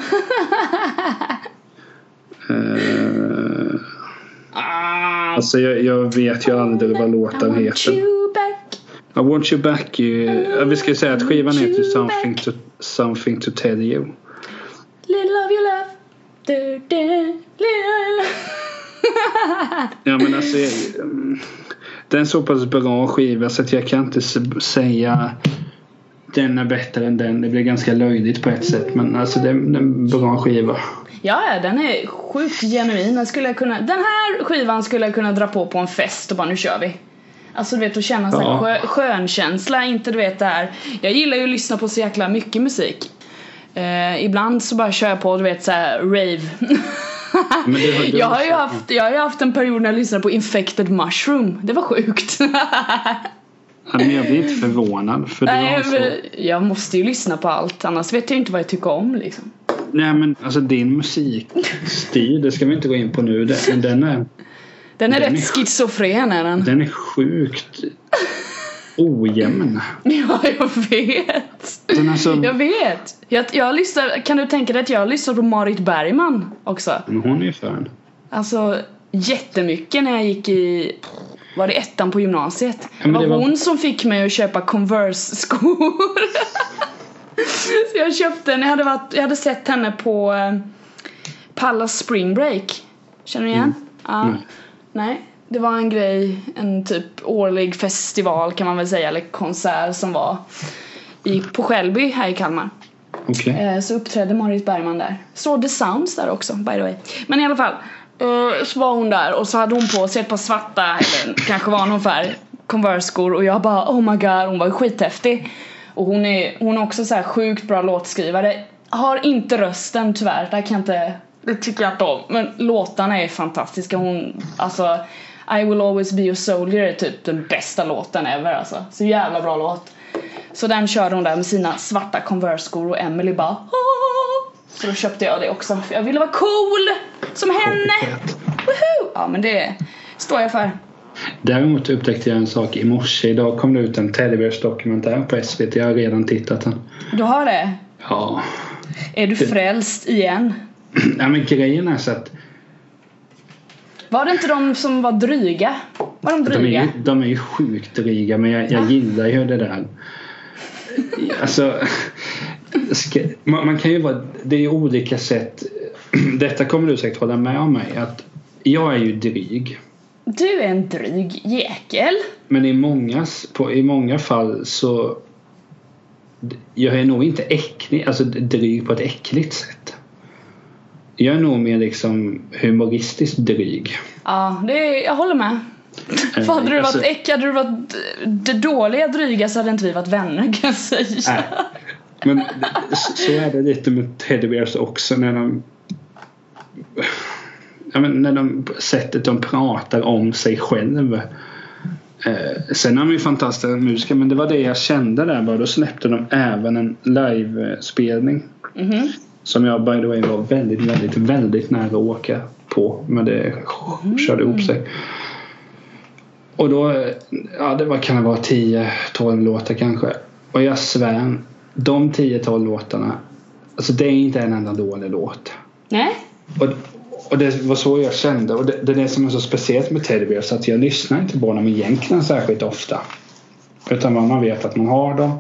uh, alltså jag, jag vet ju aldrig vad låten heter. I want you back. Uh, vi ska säga att skivan heter something to, something to tell you. Little of your love. Du, du, little. Ja, men alltså jag, det är en så pass bra skiva så att jag kan inte säga den är bättre än den. Det blir ganska löjligt på ett sätt, men alltså det är en bra skiva. Ja, den är sjukt genuin. Den, skulle jag kunna, den här skivan skulle jag kunna dra på på en fest och bara nu kör vi. Alltså du vet, att känna ja. sjö, skönkänsla, inte du vet det här. Jag gillar ju att lyssna på så jäkla mycket musik. Uh, ibland så bara kör jag på, du vet, så här rave. Men det var, det jag, har ju haft, jag har ju haft en period när jag lyssnade på Infected Mushroom. Det var sjukt. Ja, men jag blir inte förvånad för det. Nej, var så... Jag måste ju lyssna på allt, annars vet jag inte vad jag tycker om liksom. Nej, men alltså din musikstil, det ska vi inte gå in på nu. Den, den är Den är den rätt är, schizofren är den. Den är sjukt ojämn. Ja, jag vet. Den är så... Jag vet. Jag, jag lyssnar, kan du tänka dig att jag lyssnar på Marit Bergman också? Men hon är ju fan. Alltså jättemycket när jag gick i... Var det ettan på gymnasiet? Ja, det var, det var hon som fick mig att köpa Converse-skor. Så jag köpte den. Jag hade, varit, jag hade sett henne på eh, Pallas Spring Break. Känner du igen? Mm. Ja. Nej. Nej. Det var en grej, en typ årlig festival kan man väl säga, eller konsert som var i, på Skälby här i Kalmar. Okay. Eh, så uppträdde Marit Bergman där. Så The Sounds där också, by the way. Men i alla fall, eh, så var hon där och så hade hon på sig ett par svarta, eller kanske var någon färg, Converse-skor. Och jag bara, oh my god, hon var skithäftig. Och hon är, hon är också så här sjukt bra låtskrivare. Har inte rösten tyvärr, där kan jag inte... Det tycker jag inte om. Men låtarna är fantastiska. Hon, alltså I Will Always Be Your Soldier är typ den bästa låten ever alltså. Så jävla bra låt. Så den körde hon där med sina svarta Converse-skor. Och Emily bara Aah! Så då köpte jag det också, för jag ville vara cool som henne. Woohoo! Ja, men det står jag för. Däremot upptäckte jag en sak i morse. Idag kom det ut en Teddybears dokumentär på S V T. Jag har redan tittat den. Du har det? Ja. Är du frälst igen? Ja, men grejen är så att... Var det inte de som var dryga? Var de dryga? De är ju, de är ju sjukt dryga, men jag, jag gillar ju det där. Alltså... Ska, man, man kan ju vara... Det är ju olika sätt. Detta kommer du säkert hålla med om mig. Att jag är ju dryg. Du är en dryg jäkel. Men i många, på, i många fall så... Jag är nog inte äcklig. Alltså dryg på ett äckligt sätt. Jag är nog mer liksom humoristiskt dryg. Ja, det är, jag håller med. För hade du alltså, varit äck, hade du varit det dåliga dryga så hade inte vi varit vänner, kan jag säga. Nej. Men så är det lite med Teddybears också när de... Ja, men när de sättet de pratar om sig själv. Eh, sen är de ju fantastiska musiker, men det var det jag kände där bara. Då släppte de även en livespelning. Mm-hmm. Som jag by the way var väldigt, väldigt, väldigt nära att åka på. Men det mm. körde ihop sig. Och då, ja det var, kan det vara tio tolv låtar kanske. Och jag svär, de tio tolv låtarna, alltså det är inte en enda dålig låt. Nej. Och, och det var så jag kände. Och det, det är det som är så speciellt med Teddybears, att jag lyssnar inte på dem egentligen särskilt ofta. Utan man vet att man har dem.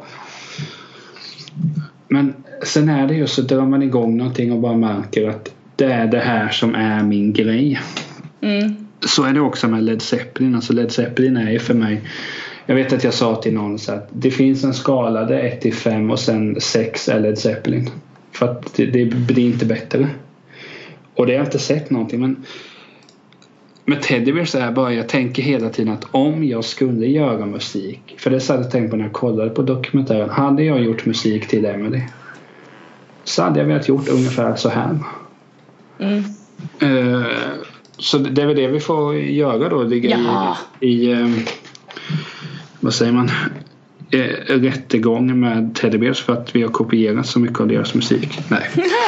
Men sen är det ju så, drar man igång någonting och bara märker att det är det här som är min grej. Mm. Så är det också med Led Zeppelin. Alltså Led Zeppelin är ju för mig, jag vet att jag sa till någon så att det finns en skala, det är ett till fem och sen sex är Led Zeppelin. För att det, det blir inte bättre. Och det har jag inte sett någonting, men med Teddybears är bara, jag tänker hela tiden att om jag skulle göra musik, för det så hade jag tänkt på när jag kollade på dokumentären, hade jag gjort musik till Emily så hade jag velat gjort ungefär så här. Mm. Uh, så det är väl det vi får göra då. Ligga ja. i, i um, vad säger man, uh, rättegång med Teddy Bears för att vi har kopierat så mycket av deras musik. Nej.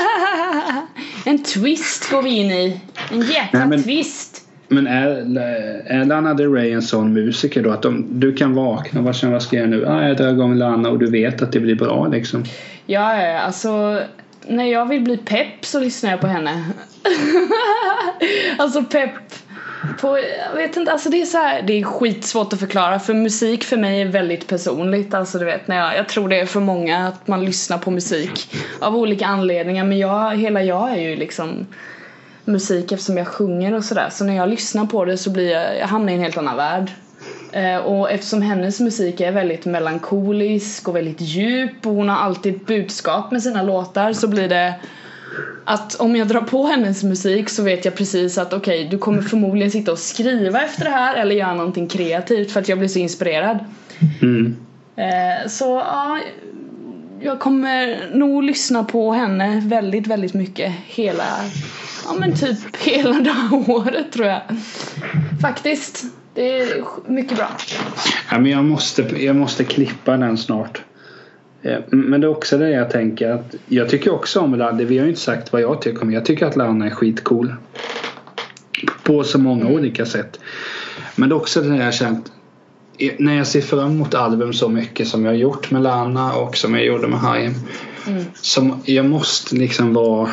En twist går vi in i. En jäkla Nej, men, twist. Men är, är Lana Del Rey en sån musiker då att de, du kan vakna, vad ska jag ska jag nu? Ah, jag drar igång Lana och du vet att det blir bra liksom. Ja, alltså när jag vill bli pepp så lyssnar jag på henne. Alltså pepp på, jag vet inte, alltså det är så här, det är skitsvårt att förklara för musik för mig är väldigt personligt, alltså du vet när jag, jag tror det är för många att man lyssnar på musik av olika anledningar, men jag, hela jag är ju liksom musik eftersom jag sjunger och sådär, så när jag lyssnar på det så blir jag, jag hamnar i en helt annan värld. Eh, och eftersom hennes musik är väldigt melankolisk och väldigt djup och hon har alltid ett budskap med sina låtar, så blir det att om jag drar på hennes musik så vet jag precis att okej, okay, du kommer förmodligen sitta och skriva efter det här eller göra någonting kreativt för att jag blir så inspirerad. Mm. Eh, så ja, jag kommer nog lyssna på henne väldigt, väldigt mycket hela, ja men typ hela det här året tror jag. Faktiskt, det är mycket bra. Ja, men jag måste, jag måste klippa den snart. Men det är också det jag tänker att jag tycker också om Lana. Vi har ju inte sagt vad jag tycker om. Jag tycker att Lana är skitcool på så många mm. olika sätt. Men det är också det jag har känt när jag ser fram emot album så mycket som jag har gjort med Lana och som jag gjorde med Haim. Mm. Som jag måste liksom vara,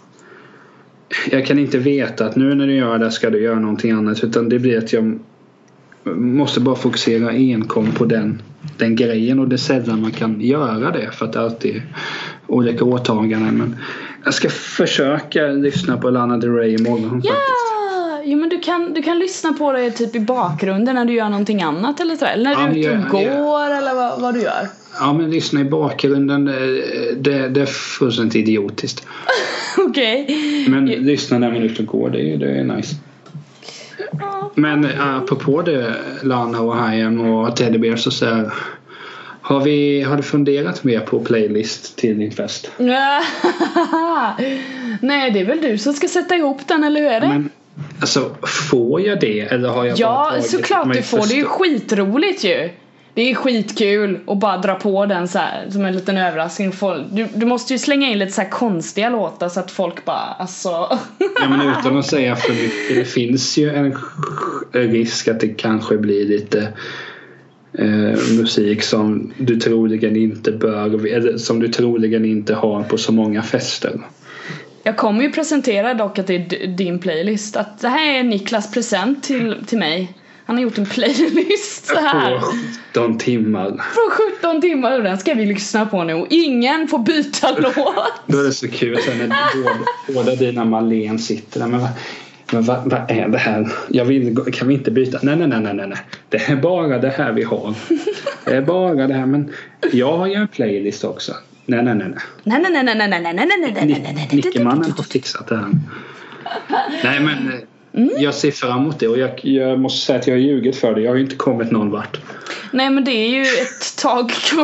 jag kan inte veta att nu när du gör det ska du göra någonting annat, utan det blir att jag måste bara fokusera enkom på den, den grejen, och det är sällan man kan göra det för att det alltid är olika åtaganden. Men jag ska försöka lyssna på Lana Del Rey imorgon. Ja, faktiskt. Jo, men du kan, du kan lyssna på det typ i bakgrunden när du gör någonting annat eller så, eller när ja, du är ute och ja, går ja. eller vad, vad du gör. Ja, men lyssna i bakgrunden, det, det är fullständigt idiotiskt. Okej. Okay. Men lyssna när man är ute och går, det, det är nice. Men apropå det, Lana och Haim och Teddy Bears och så här, har, vi, har du funderat mer på playlist till din fest? Nej, det är väl du som ska sätta ihop den, eller hur är det? Men, alltså, får jag det? Eller har jag ja, bara tagit såklart du får, först? Det är ju skitroligt ju. Det är skitkul att bara dra på den så här, som en liten överraskning. Du, du måste ju slänga in lite så här konstiga låtar så att folk bara, alltså... Ja, men utan att säga för mycket, det finns ju en risk att det kanske blir lite eh, musik som du troligen inte bör, eller som du troligen inte har på så många fester. Jag kommer ju presentera dock att det är din playlist. Att det här är Niklas present till, till mig. Han har gjort en playlist så här. På sjutton timmar. På sjutton timmar, och den ska vi lyssna på nu. Och ingen får byta låt. Då är det så kul sen när båda, båda dina Malén sitter där. Men, vad, men vad, vad är det här? Jag vill, kan vi inte byta? Nej, nej, nej, nej, nej. Det är bara det här vi har. Det är bara det här. Men jag har ju en playlist också. Nej, nej, nej, nej. Nej, nej, nej, nej, nej, nej, nej, nej, nej, nej, nej. Nickemannen har fixat det här. Nej, men... Mm. Jag ser fram emot det, och jag, jag måste säga att jag har ljugit för det. Jag har ju inte kommit någon vart. Nej, men det är ju ett tag kvar.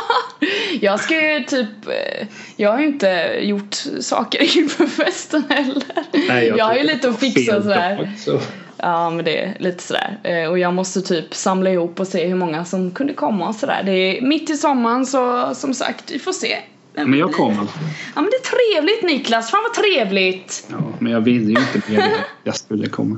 Jag ska ju typ, jag har ju inte gjort saker inför festen heller. Nej, jag, jag har ju lite att fixa sådär. Så. Ja, men det är lite sådär. Och jag måste typ samla ihop och se hur många som kunde komma och sådär. Det är mitt i sommaren, så som sagt, vi får se. Men jag kommer. Ja, men det är trevligt, Niklas. Fan vad trevligt. Ja, men jag vill ju inte mer. Jag skulle komma.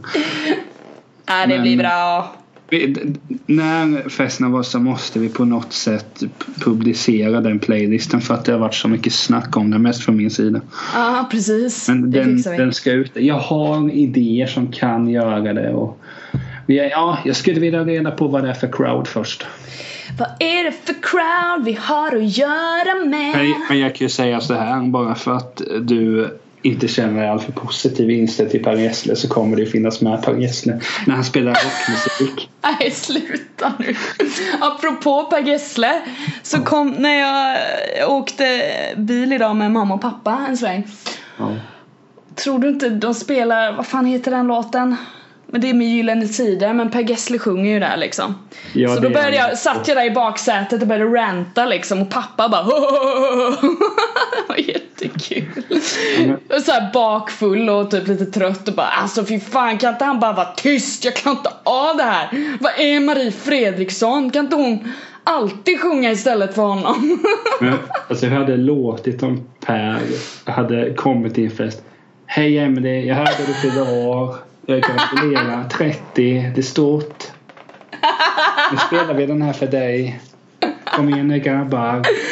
Ja, det men, blir bra. Vi, när festen var så måste vi på något sätt publicera den playlisten, för att det har varit så mycket snack om det, mest från min sida. Ja, precis. Men den, den ska ut. Jag har idéer som kan göra det, och vi, ja, jag skulle vilja reda på vad det är för crowd först. Vad är det för crowd vi har att göra med? Men, men jag kan ju säga så här, bara för att du inte känner dig alltför positiv inställd till Per Gessle, så kommer det finnas med Per Gessle när han spelar rockmusik. Nej, sluta nu. Apropå Per Gessle, så kom när jag åkte bil idag med mamma och pappa en sväng. Ja. Tror du inte de spelar, vad fan heter den låten? Men det är med Gyllene Tider. Men Per Gessle sjunger ju där liksom. Ja, så då började jag, satt jag där i baksätet och började ranta liksom. Och pappa bara det var jättekul. Mm. Och så här bakfull och typ lite trött. Och bara alltså fy fan, kan inte han bara vara tyst? Jag kan inte av det här. Vad är Marie Fredriksson? Kan inte hon alltid sjunga istället för honom? Men, alltså hur hade det låtit om Per hade kommit till en fest? Hej Emelie, jag hörde du fyllde år. Jag gratulerar, trettio, det är stort. Nu spelar vi den här för dig. Kom igen nu grabbar.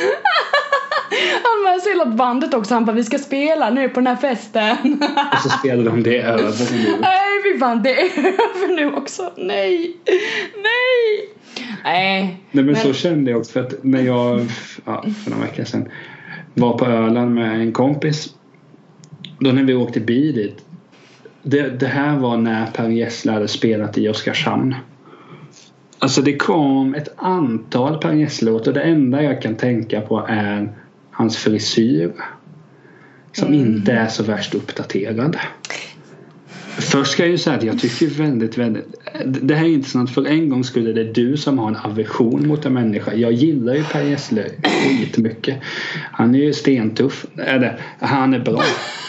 Han var så hela bandet också. Han bara, vi ska spela nu på den här festen. Och så spelar de det över nu. Nej, vi fan, det är över nu också. Nej, nej. Nej, Nej men, men så kände jag också. För att när jag, ja, för några veckor sedan var på Öland med en kompis. Då när vi åkte bil dit. Det, det här var när Per Gessle hade spelat i Oskarshamn. Alltså det kom ett antal Per Gessle-låtar. Och det enda jag kan tänka på är hans frisyr. Som mm. inte är så värst uppdaterad. Först ska jag ju säga att jag tycker väldigt, väldigt... Det här är inte sånt, för en gång skulle det är du som har en aversion mot en människa. Jag gillar ju Per Gessle jättemycket. Han är ju stentuff. Eller, han är bra.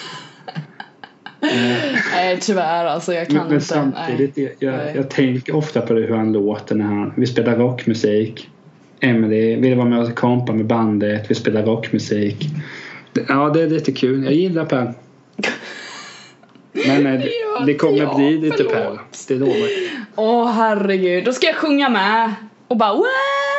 Nej, tyvärr alltså, jag kan men, men inte. samtidigt, nej. Jag, jag, jag tänker ofta på det, hur han låter när han... Vi spelar rockmusik. Emelie vill vara med och kompa med bandet. Vi spelar rockmusik. Ja, det är lite kul. Jag gillar Per. Men det, det kommer ja, bli lite förlåt. Per. Det lovar jag. Åh herregud, då ska jag sjunga med. Och bara Wah!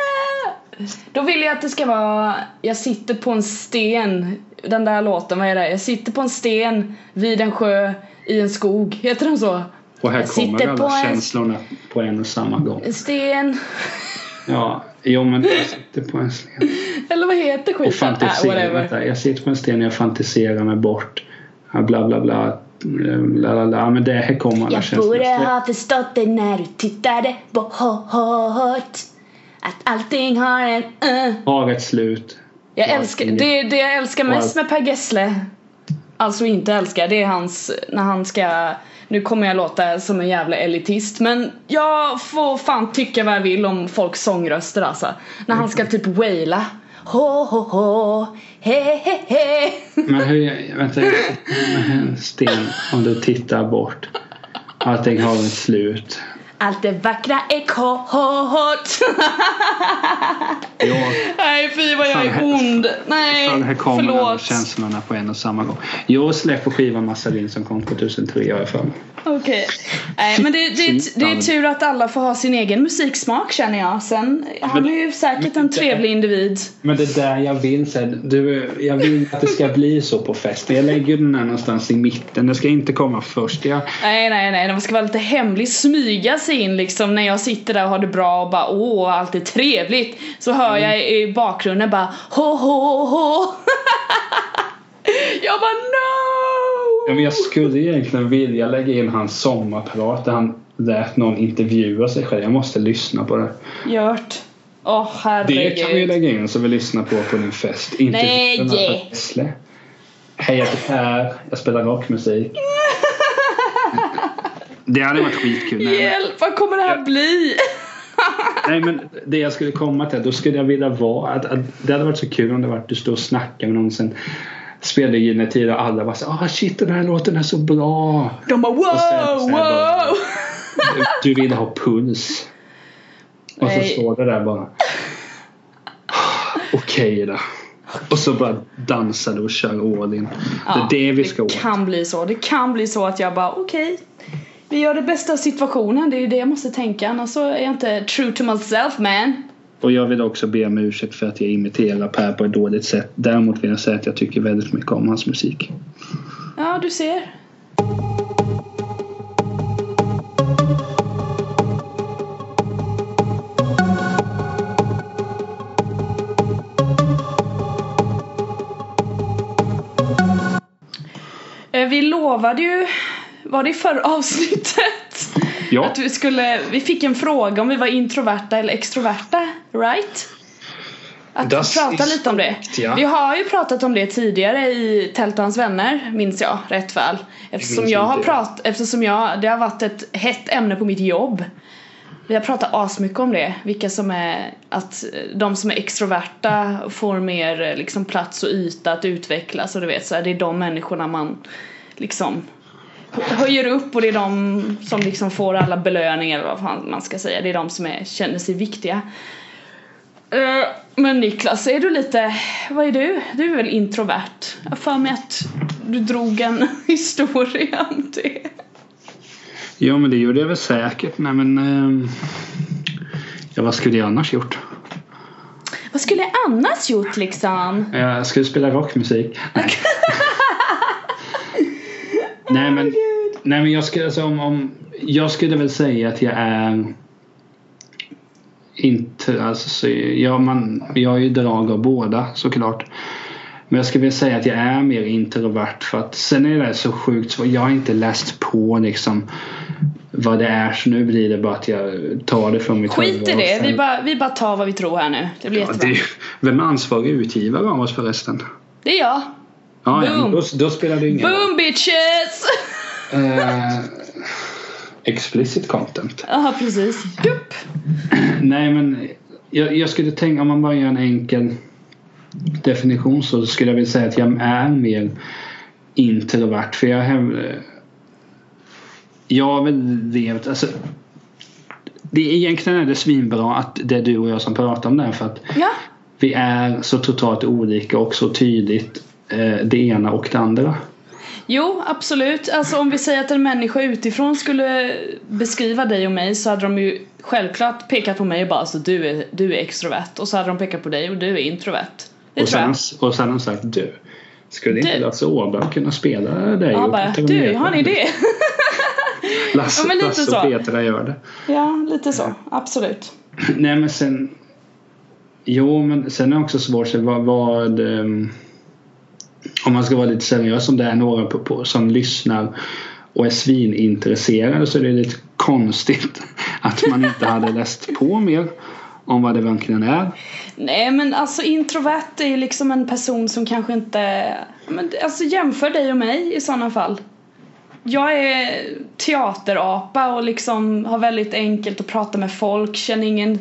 Då vill jag att det ska vara jag sitter på en sten. Den där låten, vad är det? Jag sitter på en sten vid en sjö i en skog. Heter den så? Och här jag kommer alla på känslorna en, på en och samma gång. En sten. Ja, jo men jag sitter på en sten. Eller vad heter skiten? Och fantiserar, äh, jag sitter på en sten och jag fantiserar mig bort. Bla bla bla. Lalala. Men det här kommer alla jag känslor. Jag borde ha förstått det när du tittade bort. Att allting har en uh. har ett slut. Jag älskar, det, det jag älskar mest med Per Gessle, alltså inte älskar, det är hans, när han ska, nu kommer jag låta som en jävla elitist, men jag får fan tycka vad jag vill om folks sångröster alltså. När han ska typ waila. Ho ho ho, he he he. Men hur, vänta, en sten om du tittar bort. Allting har ett slut. Allt det vackra är kort. Ja. Nej, fy vad jag är ond. Nej, fan, här kommer förlåt. Känslorna på en och samma gång. Jag släpper skivan Massarin som kom tjugohundratre, jag är för. Okej. Okay. Nej, men det, det, det är tur att alla får ha sin egen musiksmak, känner jag. Sen, han men, är ju säkert en trevlig individ. Men det där jag vill säga, du, jag vill att det ska bli så på festen. Jag lägger den här någonstans i mitten. Det ska inte komma först. Jag... Nej, nej, nej. Det ska vara lite hemlig, smyga sig in liksom när jag sitter där och har det bra och bara, åh, allt är trevligt. Så hör jag i bakgrunden bara, ho, ho, ho. Jag bara, no! Ja, men jag skulle egentligen vilja lägga in hans sommarprat där han lät någon intervjua sig själv. Jag måste lyssna på det. Gjort. Åh, oh, herregud. Det kan vi lägga in så vi lyssnar på på din fest. Inte nej! Hej, jag heter Per. Jag spelar rockmusik. Det hade varit skitkul. Hjälp, vad kommer det här bli? Nej, men det jag skulle komma till, då skulle jag vilja vara att, att det hade varit så kul om det var att du står och snackar med någon sen spelade Gyllene Tider och alla var så ah shit, den här låten är så bra. De bara wow, sen, sen wow. Bara, du vill ha puls. Och nej. Så står det där bara okej okay, då. Och så bara dansar du och kör all in. Ja, det är det vi ska det åt. Kan bli så. Det kan bli så att jag bara okej. Okay. Vi gör det bästa av situationen. Det är ju det jag måste tänka. Annars så är jag inte true to myself, man. Och jag vill också be om ursäkt för att jag imiterar Per på ett dåligt sätt. Däremot vill jag säga att jag tycker väldigt mycket om hans musik. Ja, du ser. Vi lovade ju, var det i förra avsnittet? Ja. Att vi skulle, vi fick en fråga om vi var introverta eller extroverta, right? Att Das prata ist lite om det. korrekt, ja. Vi har ju pratat om det tidigare i Tält och hans vänner, minns jag rätt väl. Eftersom minns jag har inte. pratat, eftersom jag, det har varit ett hett ämne på mitt jobb. Vi har pratat asmycket om det. Vilka som är, att de som är extroverta får mer liksom plats och yta att utvecklas. Och du vet, så här, det är de människorna man liksom höjer upp, och det är de som liksom får alla belöningar, eller vad fan man ska säga. Det är de som är, känner sig viktiga. Uh, men Niklas, är du lite, vad är du? Du är väl introvert? Jag för mig att du drog en historia om det. Ja, men det gjorde jag väl säkert. Nej, men eh, ja, vad skulle jag annars gjort? Vad skulle jag annars gjort liksom? Jag skulle spela rockmusik. Nej. nej men nej men jag skulle alltså, om, om jag skulle väl säga att jag är inte alltså så, ja, man, jag har ju drag av båda såklart. Men jag skulle vilja säga att jag är mer introvert, för att sen är det så sjukt så jag har inte läst på liksom vad det är, så nu blir det bara att jag tar det från mitt skit i huvud. det, Sen, vi, bara, vi bara tar vad vi tror här nu. Det blir ja, jättebra. det, vem är ansvarig utgivare av oss förresten? Det är jag. Ja, ja, Boom. då, då spelar det ingen Boom bitches! uh, explicit content. Ja, precis. Jupp. Nej, men jag, jag skulle tänka, om man bara gör en enkel definition, så skulle jag vilja säga att jag är mer introvert. För jag har jag har väl levt, alltså det är egentligen är det svinbra att det är du och jag som pratar om det här, för att Ja. vi är så totalt olika och så tydligt eh, det ena och det andra. Jo, absolut. Alltså om vi säger att en människa utifrån skulle beskriva dig och mig, så hade de ju självklart pekat på mig och bara, alltså, du är, du är extrovert. Och så hade de pekat på dig och du är introvert. Det och, tror sen, jag. och sen har de sagt, du skulle inte Du. Lasse Åberg kunna spela dig? Ja, och bara, Peter du, Peter? har ni det? Lasse, Ja, men lite Lasse och så. Peter gör det. Ja, lite så. Absolut. Nej, men sen jo, men sen är det också svårt att säga vad, vad um, om man ska vara lite seriös, om det är några på, på, som lyssnar och är svinintresserade, så är det lite konstigt att man inte hade läst på mer om vad det verkligen är. Nej, men alltså introvert är ju liksom en person som kanske inte, men alltså jämför dig och mig i sådana fall. Jag är teaterapa och liksom har väldigt enkelt att prata med folk, känner ingen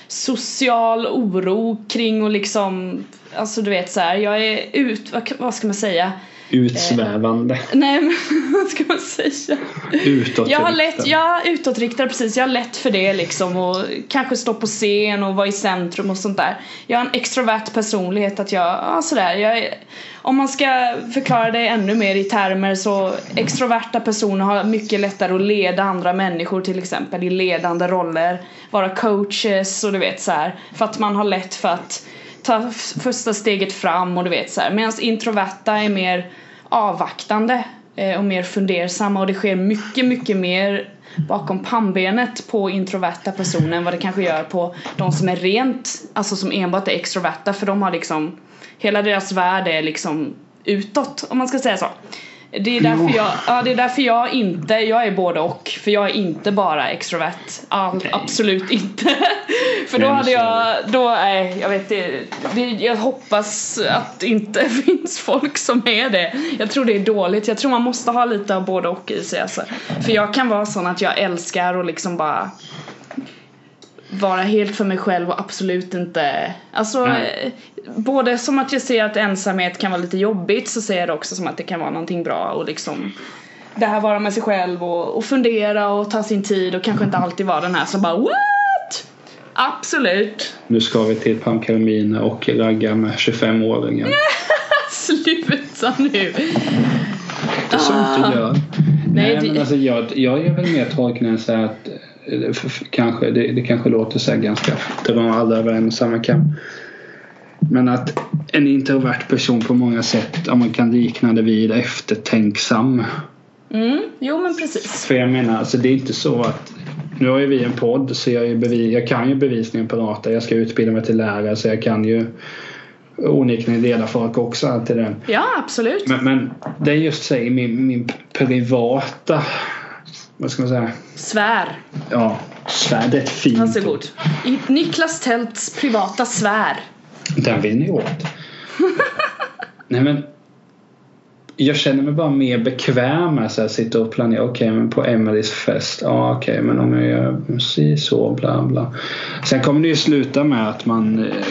social oro kring och liksom, alltså du vet så här, jag är ut, vad, vad ska man säga? Utsvävande. Eh, nej, men vad ska man säga? Utåtriktad. Jag har lätt, jag utåtriktad precis, jag har lätt för det liksom, och kanske stå på scen och vara i centrum och sånt där. Jag har en extrovert personlighet, att jag, ja sådär, jag är, om man ska förklara det ännu mer i termer, så extroverta personer har mycket lättare att leda andra människor, till exempel i ledande roller, vara coaches och du vet så här, för att man har lätt för att ta första steget fram och du vet så här. Medan introverta är mer avvaktande eh, och mer fundersamma, och det sker mycket mycket mer bakom pannbenet på introverta personer än vad det kanske gör på de som är rent, alltså som enbart är extroverta, för de har liksom, hela deras värld är liksom utåt, om man ska säga så. Det är därför jag, ja, det är därför jag inte, jag är både och, för jag är inte bara extrovert. All, absolut inte. För då hade jag, då är, jag vet det, det, jag hoppas att det inte finns folk som är det. Jag tror det är dåligt. Jag tror man måste ha lite av både och i sig, alltså. För jag kan vara sån att jag älskar och liksom bara vara helt för mig själv och absolut inte, alltså eh, både som att jag ser att ensamhet kan vara lite jobbigt, så ser jag det också som att det kan vara någonting bra, och liksom det här vara med sig själv och, och fundera och ta sin tid, och kanske inte alltid vara den här som bara what? Absolut. Nu ska vi till Pankaramina och ragga med tjugofem-åringen. Sluta nu. Det är sånt du gör. Nej, Nej, men det... alltså jag, jag är väl mer tolkningen så här att för, för, kanske, det, det kanske låter så här ganska, det var alla över en samma kam. Men att en introvert person på många sätt, om man kan likna det vid eftertänksam. Mm, jo men precis. För jag menar, alltså det är inte så att, nu har ju vi en podd, så jag, är bevis, jag kan ju bevisligen prata, jag ska utbilda mig till lärare, så jag kan ju onekligen leda folk också, allt det där. Ja, absolut. Men, men det är just så, min, min privata, vad ska man säga? Svär. Ja, svär, det är ett fint. Varsågod. I Niklas Tälts privata svär. Den vill ni åt. Nej men jag känner mig bara mer bekväm med att sitta och planera. Okej, okay, men på Emelies fest. Ja, ah, okej, okay, men om jag gör si, så, bla bla. Sen kommer det ju sluta med att man eh,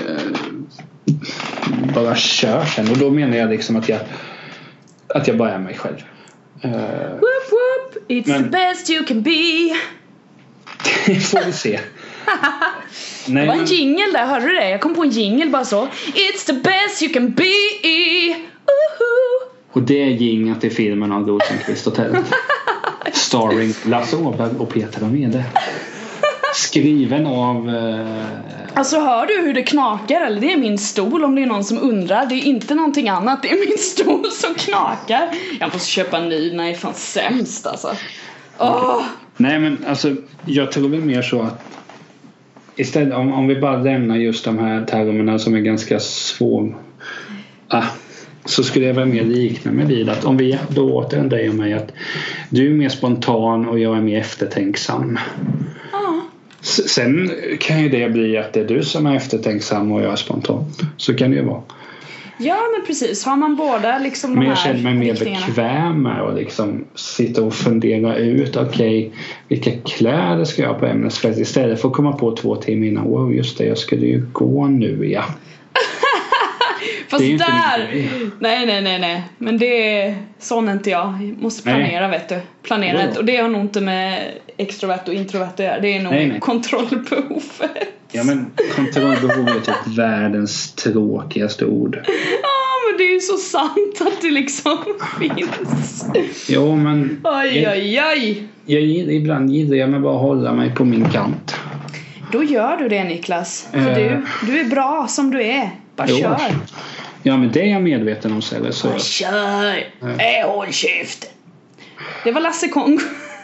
bara kör sen. Och då menar jag liksom att jag att jag bara är mig själv. Uh, whoop whoop, it's men, the best you can be. Det får vi se. Nej, det var en men... jingle där, hörde du det? Jag kom på en jingle bara så. It's the best you can be. Uh-huh. Och det är jingeln till filmen av Rosenqvist Hotel. Starring Lasse Åberg och Peter Amede. Skriven av uh... Alltså hör du hur det knakar? Eller det är min stol om det är någon som undrar. Det är inte någonting annat, det är min stol som knakar. Jag måste köpa en ny, nej fan sämst alltså. Åh. Okay. Nej men alltså jag tror väl mer så att istället om, om vi bara lämnar just de här termerna som är ganska svår ah, så skulle jag väl mer likna med vid att om vi då återigen dig och mig att du är mer spontan och jag är mer eftertänksam. Ja. Sen kan ju det bli att det är du som är eftertänksam och jag är spontan. Så kan det ju vara. Ja men precis, har man båda liksom de här. Men jag känner mig mer bekväm med och liksom sitta och fundera ut okej, okay, vilka kläder ska jag ha på ämnesfest istället för att komma på två timmar innan. Wow, just det, jag skulle ju gå nu, ja. Fast där, nej nej nej nej. Men det är sån inte jag. Jag måste planera, nej. Vet du. Planera, oh. Och det har nog inte med extrovert och introvert att göra. Det är nog nej, nej. Kontrollbehovet. Ja men kontrollbehovet är typ världens tråkigaste ord. Ja men det är ju så sant att det liksom finns. Jo men oj oj oj. Jag, jag, ibland gillar jag mig bara hålla mig på min kant. Då gör du det Niklas. För uh. du, du är bra som du är. Bara jo. Kör. Ja men det är jag medveten om så. Bara kör. Äh, håll käften. Det var Lasse Kongo.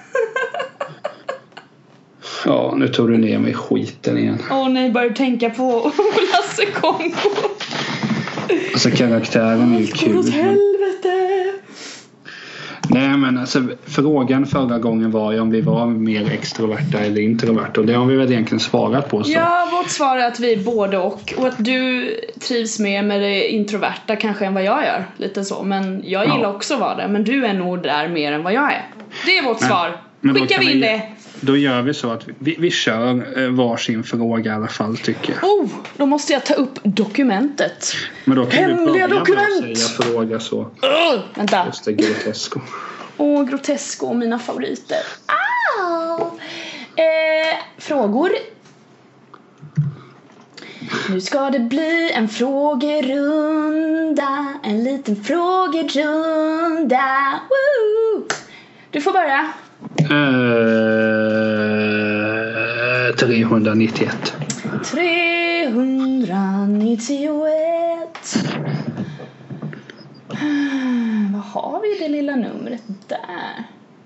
Ja, nu tog du ner mig skiten igen. Åh oh, nej, börjar tänka på Lasse Kongo. Alltså karaktären är ju kul. Åt helvete. Nej men alltså frågan förra gången var ju om vi var mer extroverta eller introverta. Och det har vi väl egentligen svarat på så. Ja, vårt svar är att vi är både och. Och att du trivs mer med det introverta kanske än vad jag gör. Lite så, men jag gillar ja. Också att vara det. Men du är nog där mer än vad jag är. Det är vårt men, svar. Men skickar vi in vi, det. Då gör vi så att vi, vi kör varsin fråga i alla fall tycker jag. Oh, då måste jag ta upp dokumentet. Men då kan hemliga vi dokument. Säga fråga så. Uh, vänta. Just det, Grotesco. Åh, oh, Grotesco, mina favoriter. Ah! Eh, frågor. Nu ska det bli en frågerunda. En liten frågerunda. Woo! Du får börja. Uh, trehundranittioett. trehundranittioett. Vad har vi i det lilla numret där?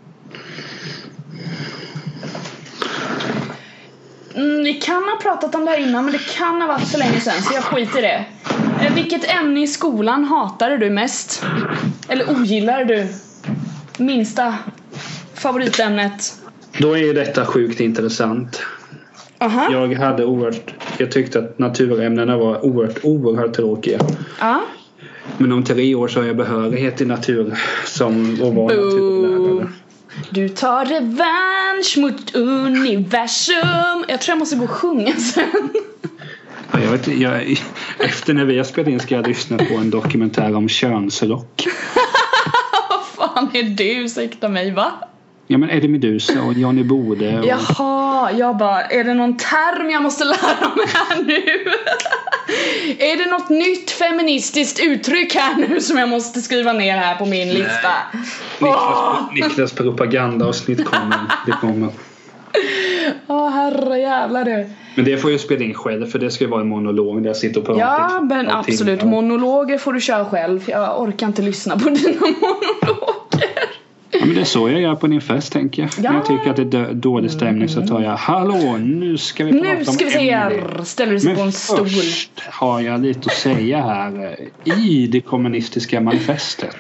Mm, vi kan ha pratat om det här innan, men det kan ha varit så länge sedan, så jag skiter i det. Eh, vilket ämne i skolan hatade du mest? Eller ogillar du? Minsta favoritämnet? Då är ju detta sjukt intressant. Aha. Jag hade oerhört, jag tyckte att naturämnena var oerhört, oerhört tråkiga. Ja. Men om tre år så har jag behörighet i natur som att vara naturlärare. Du tar revansch mot universum. Jag tror jag måste gå och sjunga sen. Ja, jag vet, jag, efter när vi har spelat in ska jag lyssna på en dokumentär om könsrock. Vad fan är det? Ursäkta mig, va? Ja men Eddie Meduza och Johnny Bode och... Jaha, jag bara, är det någon term jag måste lära mig här nu? Är det något nytt feministiskt uttryck här nu som jag måste skriva ner här på min lista? Niklas, oh! Niklas propaganda-avsnitt kommer. Det kommer. Åh, oh, herre jävlar du. Men det får jag spela in själv, för det ska ju vara en monolog där jag sitter och pratar. Ja, men absolut, timmar. Monologer får du köra själv. Jag orkar inte lyssna på dina monologer. Ja, men det är så jag gör på din fest, tänker jag. Ja. När jag tycker att det är dålig stämning så tar jag hallå, nu ska vi prata om Nu ska vi se här, ställer du sig men på en stol. Först har jag lite att säga här i det kommunistiska manifestet.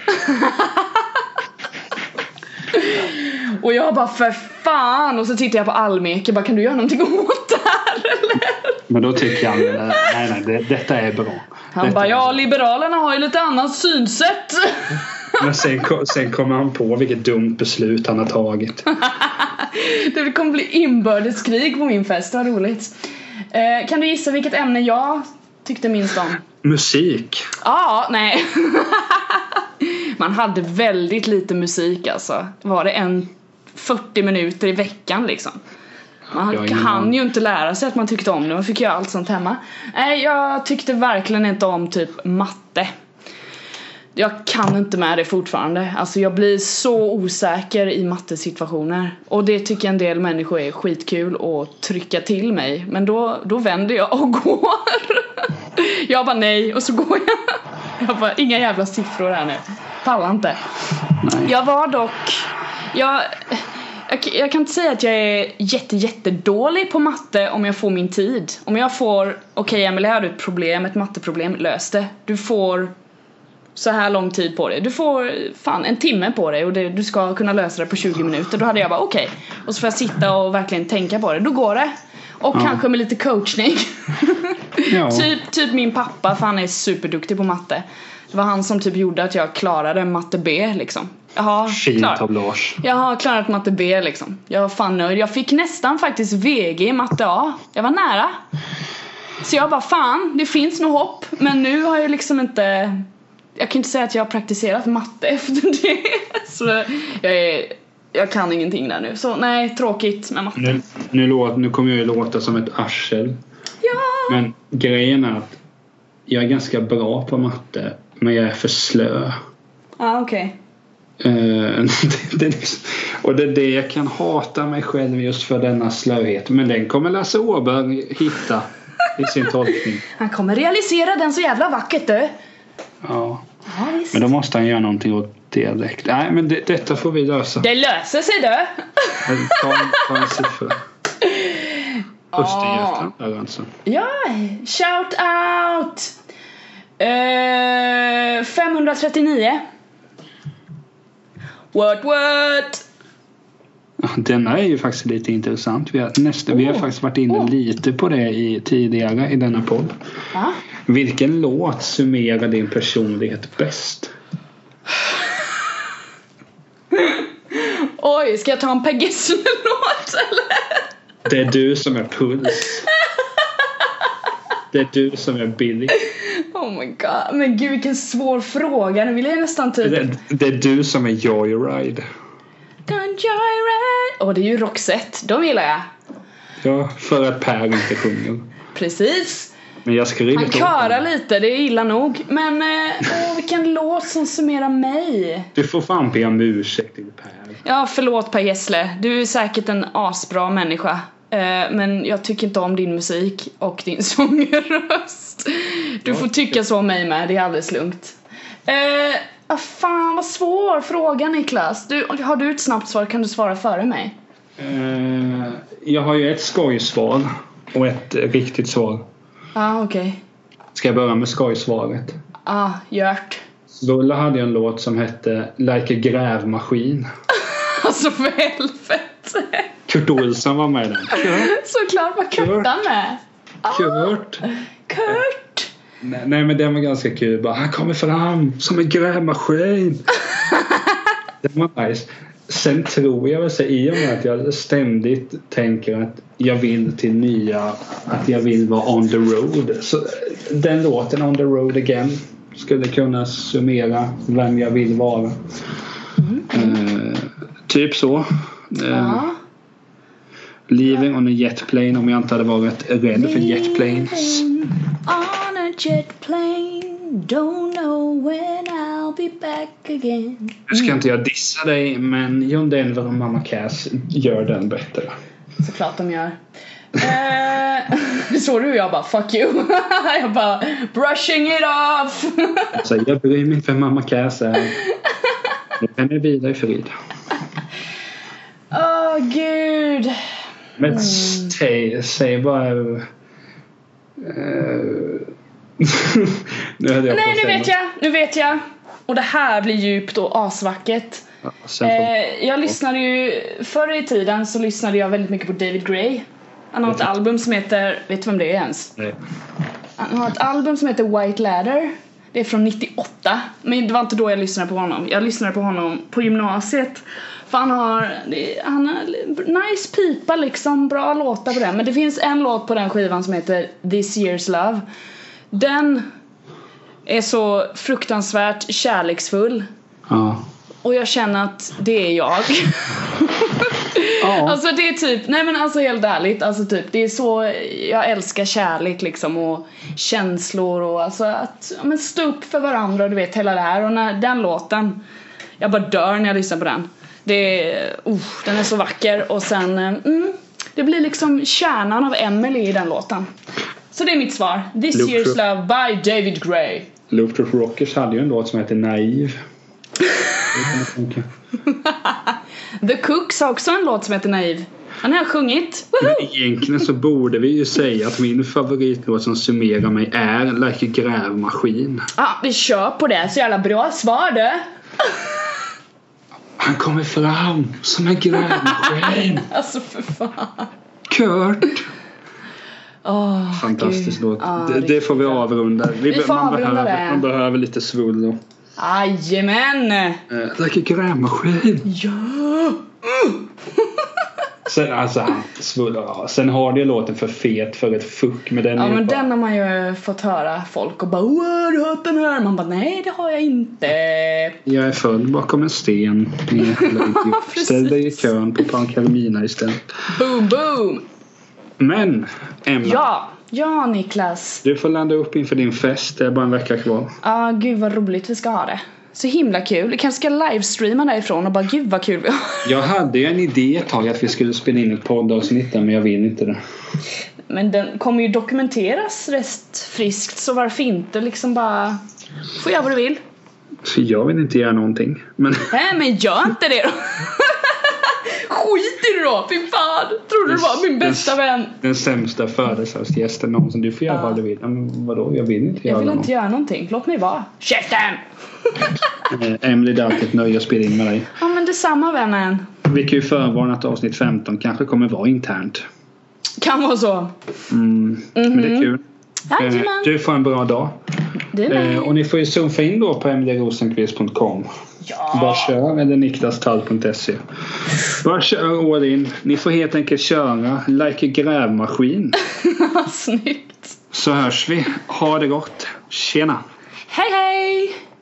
Och jag bara, för fan. Och så tittar jag på Almek. Jag bara, kan du göra någonting åt det här eller? Men då tycker han, nej nej, det, detta är bra. Han detta bara, ja, bra. liberalerna har ju lite annat synsätt. Men sen, sen kommer han på vilket dumt beslut han har tagit. Det kommer bli inbördeskrig på min fest, vad roligt. eh, Kan du gissa vilket ämne jag tyckte minst om? Musik. Ja, ah, nej. Man hade väldigt lite musik alltså. Var det en fyrtio minuter i veckan liksom. Man kan ju inte lära sig att man tyckte om det. Man fick göra allt sånt hemma. Nej, jag tyckte verkligen inte om typ matte. Jag kan inte med det fortfarande. Alltså jag blir så osäker i mattesituationer. Och det tycker en del människor är skitkul att trycka till mig. Men då, då vänder jag och går. Jag bara nej, och så går jag. Jag bara, inga jävla siffror här nu. Pallar inte. Nej. Jag var dock... Jag... Jag, jag kan inte säga att jag är jätte, jätte dålig på matte om jag får min tid. Om jag får, okej okay, Emelie, har du ett problem, ett matteproblem, lös det. Du får så här lång tid på det. Du får fan en timme på det och det, du ska kunna lösa det på tjugo minuter. Då hade jag bara okej. Okay. Och så får jag sitta och verkligen tänka på det. Då går det. Och ja. Kanske med lite coachning. Ja. typ, typ min pappa, för han är superduktig på matte. Det var han som typ gjorde att jag klarade matte B liksom. Jag har, klar. jag har klarat matte B liksom. Jag var fan nöjd. Jag fick nästan faktiskt V G i matte A. Jag var nära. Så jag bara fan, det finns nog hopp. Men nu har jag liksom inte... Jag kan inte säga att jag har praktiserat matte efter det. Så jag, är, jag kan ingenting där nu. Så nej, tråkigt med matte. Nu, nu, låt, nu kommer jag ju låta som ett arsel. Ja. Men grejen är att jag är ganska bra på matte. Men jag är för slö. Ja, ah, okej. Okay. Uh, det, och det är det jag kan hata mig själv just för denna slöhet. Men den kommer Lasse Åberg hitta i sin tolkning. Han kommer realisera den så jävla vackert du. Ja, ja men då måste han göra någonting åt det direkt. Nej men det, detta får vi lösa. Det löser sig du. Ta en, ta en siffra. Östergötland där alltså. Ja, shout out. uh, femhundratrettionio. What what? Denna är ju faktiskt lite intressant. Vi har, nästa, oh. vi har faktiskt varit inne oh. lite på det i, tidigare i denna podd. Ah. Vilken låt summerar din personlighet bäst? Oj, ska jag ta en Per Gessle-låt eller? Det är du som är Puls. Det är du som är Billy. Oh my god, men gud vilken svår fråga. Nu vill jag nästan typ... Det, det är du som är Joyride. Joyride. Åh, oh, det är ju Roxette, de gillar jag. Ja, för att Per inte sjunger. Precis. Men jag skriver Han körar lite, det är illa nog. Men, åh, vilken låt som summerar mig. Du får fan be om ursäkt till Per. Ja, förlåt Per Gessle. Du är säkert en asbra människa. Men jag tycker inte om din musik och din sångröst. Du får tycka så om mig med, det är alldeles lugnt. Eh, ah, fan vad svår fråga Niklas. Du, har du ett snabbt svar kan du svara före mig. Eh, jag har ju ett skojsvar och ett riktigt svar. Ja, ah, okej. Okay. Ska jag börja med skojsvaret? Ja, ah, gjort. Bulla hade ju en låt som hette Like a grävmaskin. Alltså för helvete. Kurt Olsson var med i den. Kurt. Såklart var Kurt med. Kurt. Ah, Kurt. Nej, nej men den var ganska kul. Bara, han kommer fram som en grävmaskin. Det var nice. Sen tror jag väl så i och med att jag ständigt tänker att jag vill till nya, att jag vill vara on the road. Så den låten On the road again skulle kunna summera vem jag vill vara. Mm. Uh, typ så. Uh, ja. Living on a jet plane om jag inte hade varit rädd för jet planes. On a jet plane, don't know when I'll be back again. Nu ska inte jag dissa dig, men John Denver och Mamma Cass gör den bättre. Såklart de gör. eh, så du och jag bara, fuck you. Jag bara, brushing it off. Alltså, jag bryr mig för Mamma Cass är. Nu kan jag vila i frid. Åh, oh, gud. Men mm. säg, säg bara... Uh, nu hade jag Nej, nu vet jag, nu vet jag. Och det här blir djupt och asvackert. Ja, eh, jag lyssnade ju, förr i tiden så lyssnade jag väldigt mycket på David Gray. Han har ett album som heter, vet du vem det är ens? Nej. Han har ett album som heter White Ladder. Det är från nittioåtta. Men det var inte då jag lyssnade på honom. Jag lyssnade på honom på gymnasiet. För han har, han har nice pipa liksom. Bra låtar på den. Men det finns en låt på den skivan som heter This Year's Love. Den är så fruktansvärt kärleksfull. Ja. Och jag känner att det är jag. Ja. Alltså det är typ, nej men alltså helt ärligt, alltså typ, det är så, jag älskar kärlek liksom och känslor och alltså att, ja, men stå upp för varandra, du vet, hela det här. Och när den låten, jag bara dör när jag lyssnar på den. Det är, uh, den är så vacker. Och sen, mm, det blir liksom kärnan av Emily i den låten. Så det är mitt svar. This Look Year's for... Love by David Gray. Luther Rockers hade ju en låt som heter Naiv. The Cooks har också en låt som heter Naiv. Han har sjungit. Men egentligen så borde vi ju säga att min favoritlåt som summerar mig är Like a grävmaskin. Ja, ah, vi kör på det. Så jävla bra svar du. Han kommer fram som en grävmaskin. Alltså för fan. Kurt. Oh, fantastisk Gud. låt. Ah, det, det får vi avrunda. Vi, vi får man, avrunda behöver, det. man behöver lite svull då. Jajamän. Uh, like a grävmaskin. Ja. Mm. Sen, alltså, svull, ja. Sen har det låten för fet för ett fuck. Men den ja, är men bara... den har man ju fått höra folk och bara, åh, har du hört den här? Man bara, nej det har jag inte. Jag är född bakom en sten. Ställ dig i kön på Pankalmina istället. Boom, boom. Men, Emma. Ja, ja Niklas. Du får landa upp inför din fest. Det är bara en vecka kvar. Ja, ah, gud vad roligt vi ska ha det. Så himla kul. Vi kanske ska livestreama därifrån och bara, gud vad kul vi har. Jag hade ju en idé ett tag att vi skulle spela in ett poddavsnitt där, men jag vill inte det. Men den kommer ju dokumenteras rätt friskt, så varför inte liksom bara, får jag vad du vill. Så jag vill inte göra någonting. Men... Nej, men gör inte det då. Skit i det då, fy fan. Tror du det var min bästa den, vän? Den sämsta födelsedagsgästen någonsin. Du får göra ja. vad du vill. Men vadå, jag vill inte Jag göra vill något. inte göra någonting, låt mig vara. Käften! Emily, det är alltid ett nöje att spela in med dig. Ja, men detsamma vännen. Vi kan ju förvarna att avsnitt femton kanske kommer vara internt. Kan vara så. Mm, Mm-hmm. Men det är kul. Jajamän. eh, Du får en bra dag. Det är eh, Och ni får ju surfa in då på emily rosenqvist punkt com. Ja. Bara kör, eller niklastall punkt se. Bara kör all in. Ni får helt enkelt köra like a grävmaskin. Snyggt. Så hörs vi. Ha det gott. Tjena. Hej hej.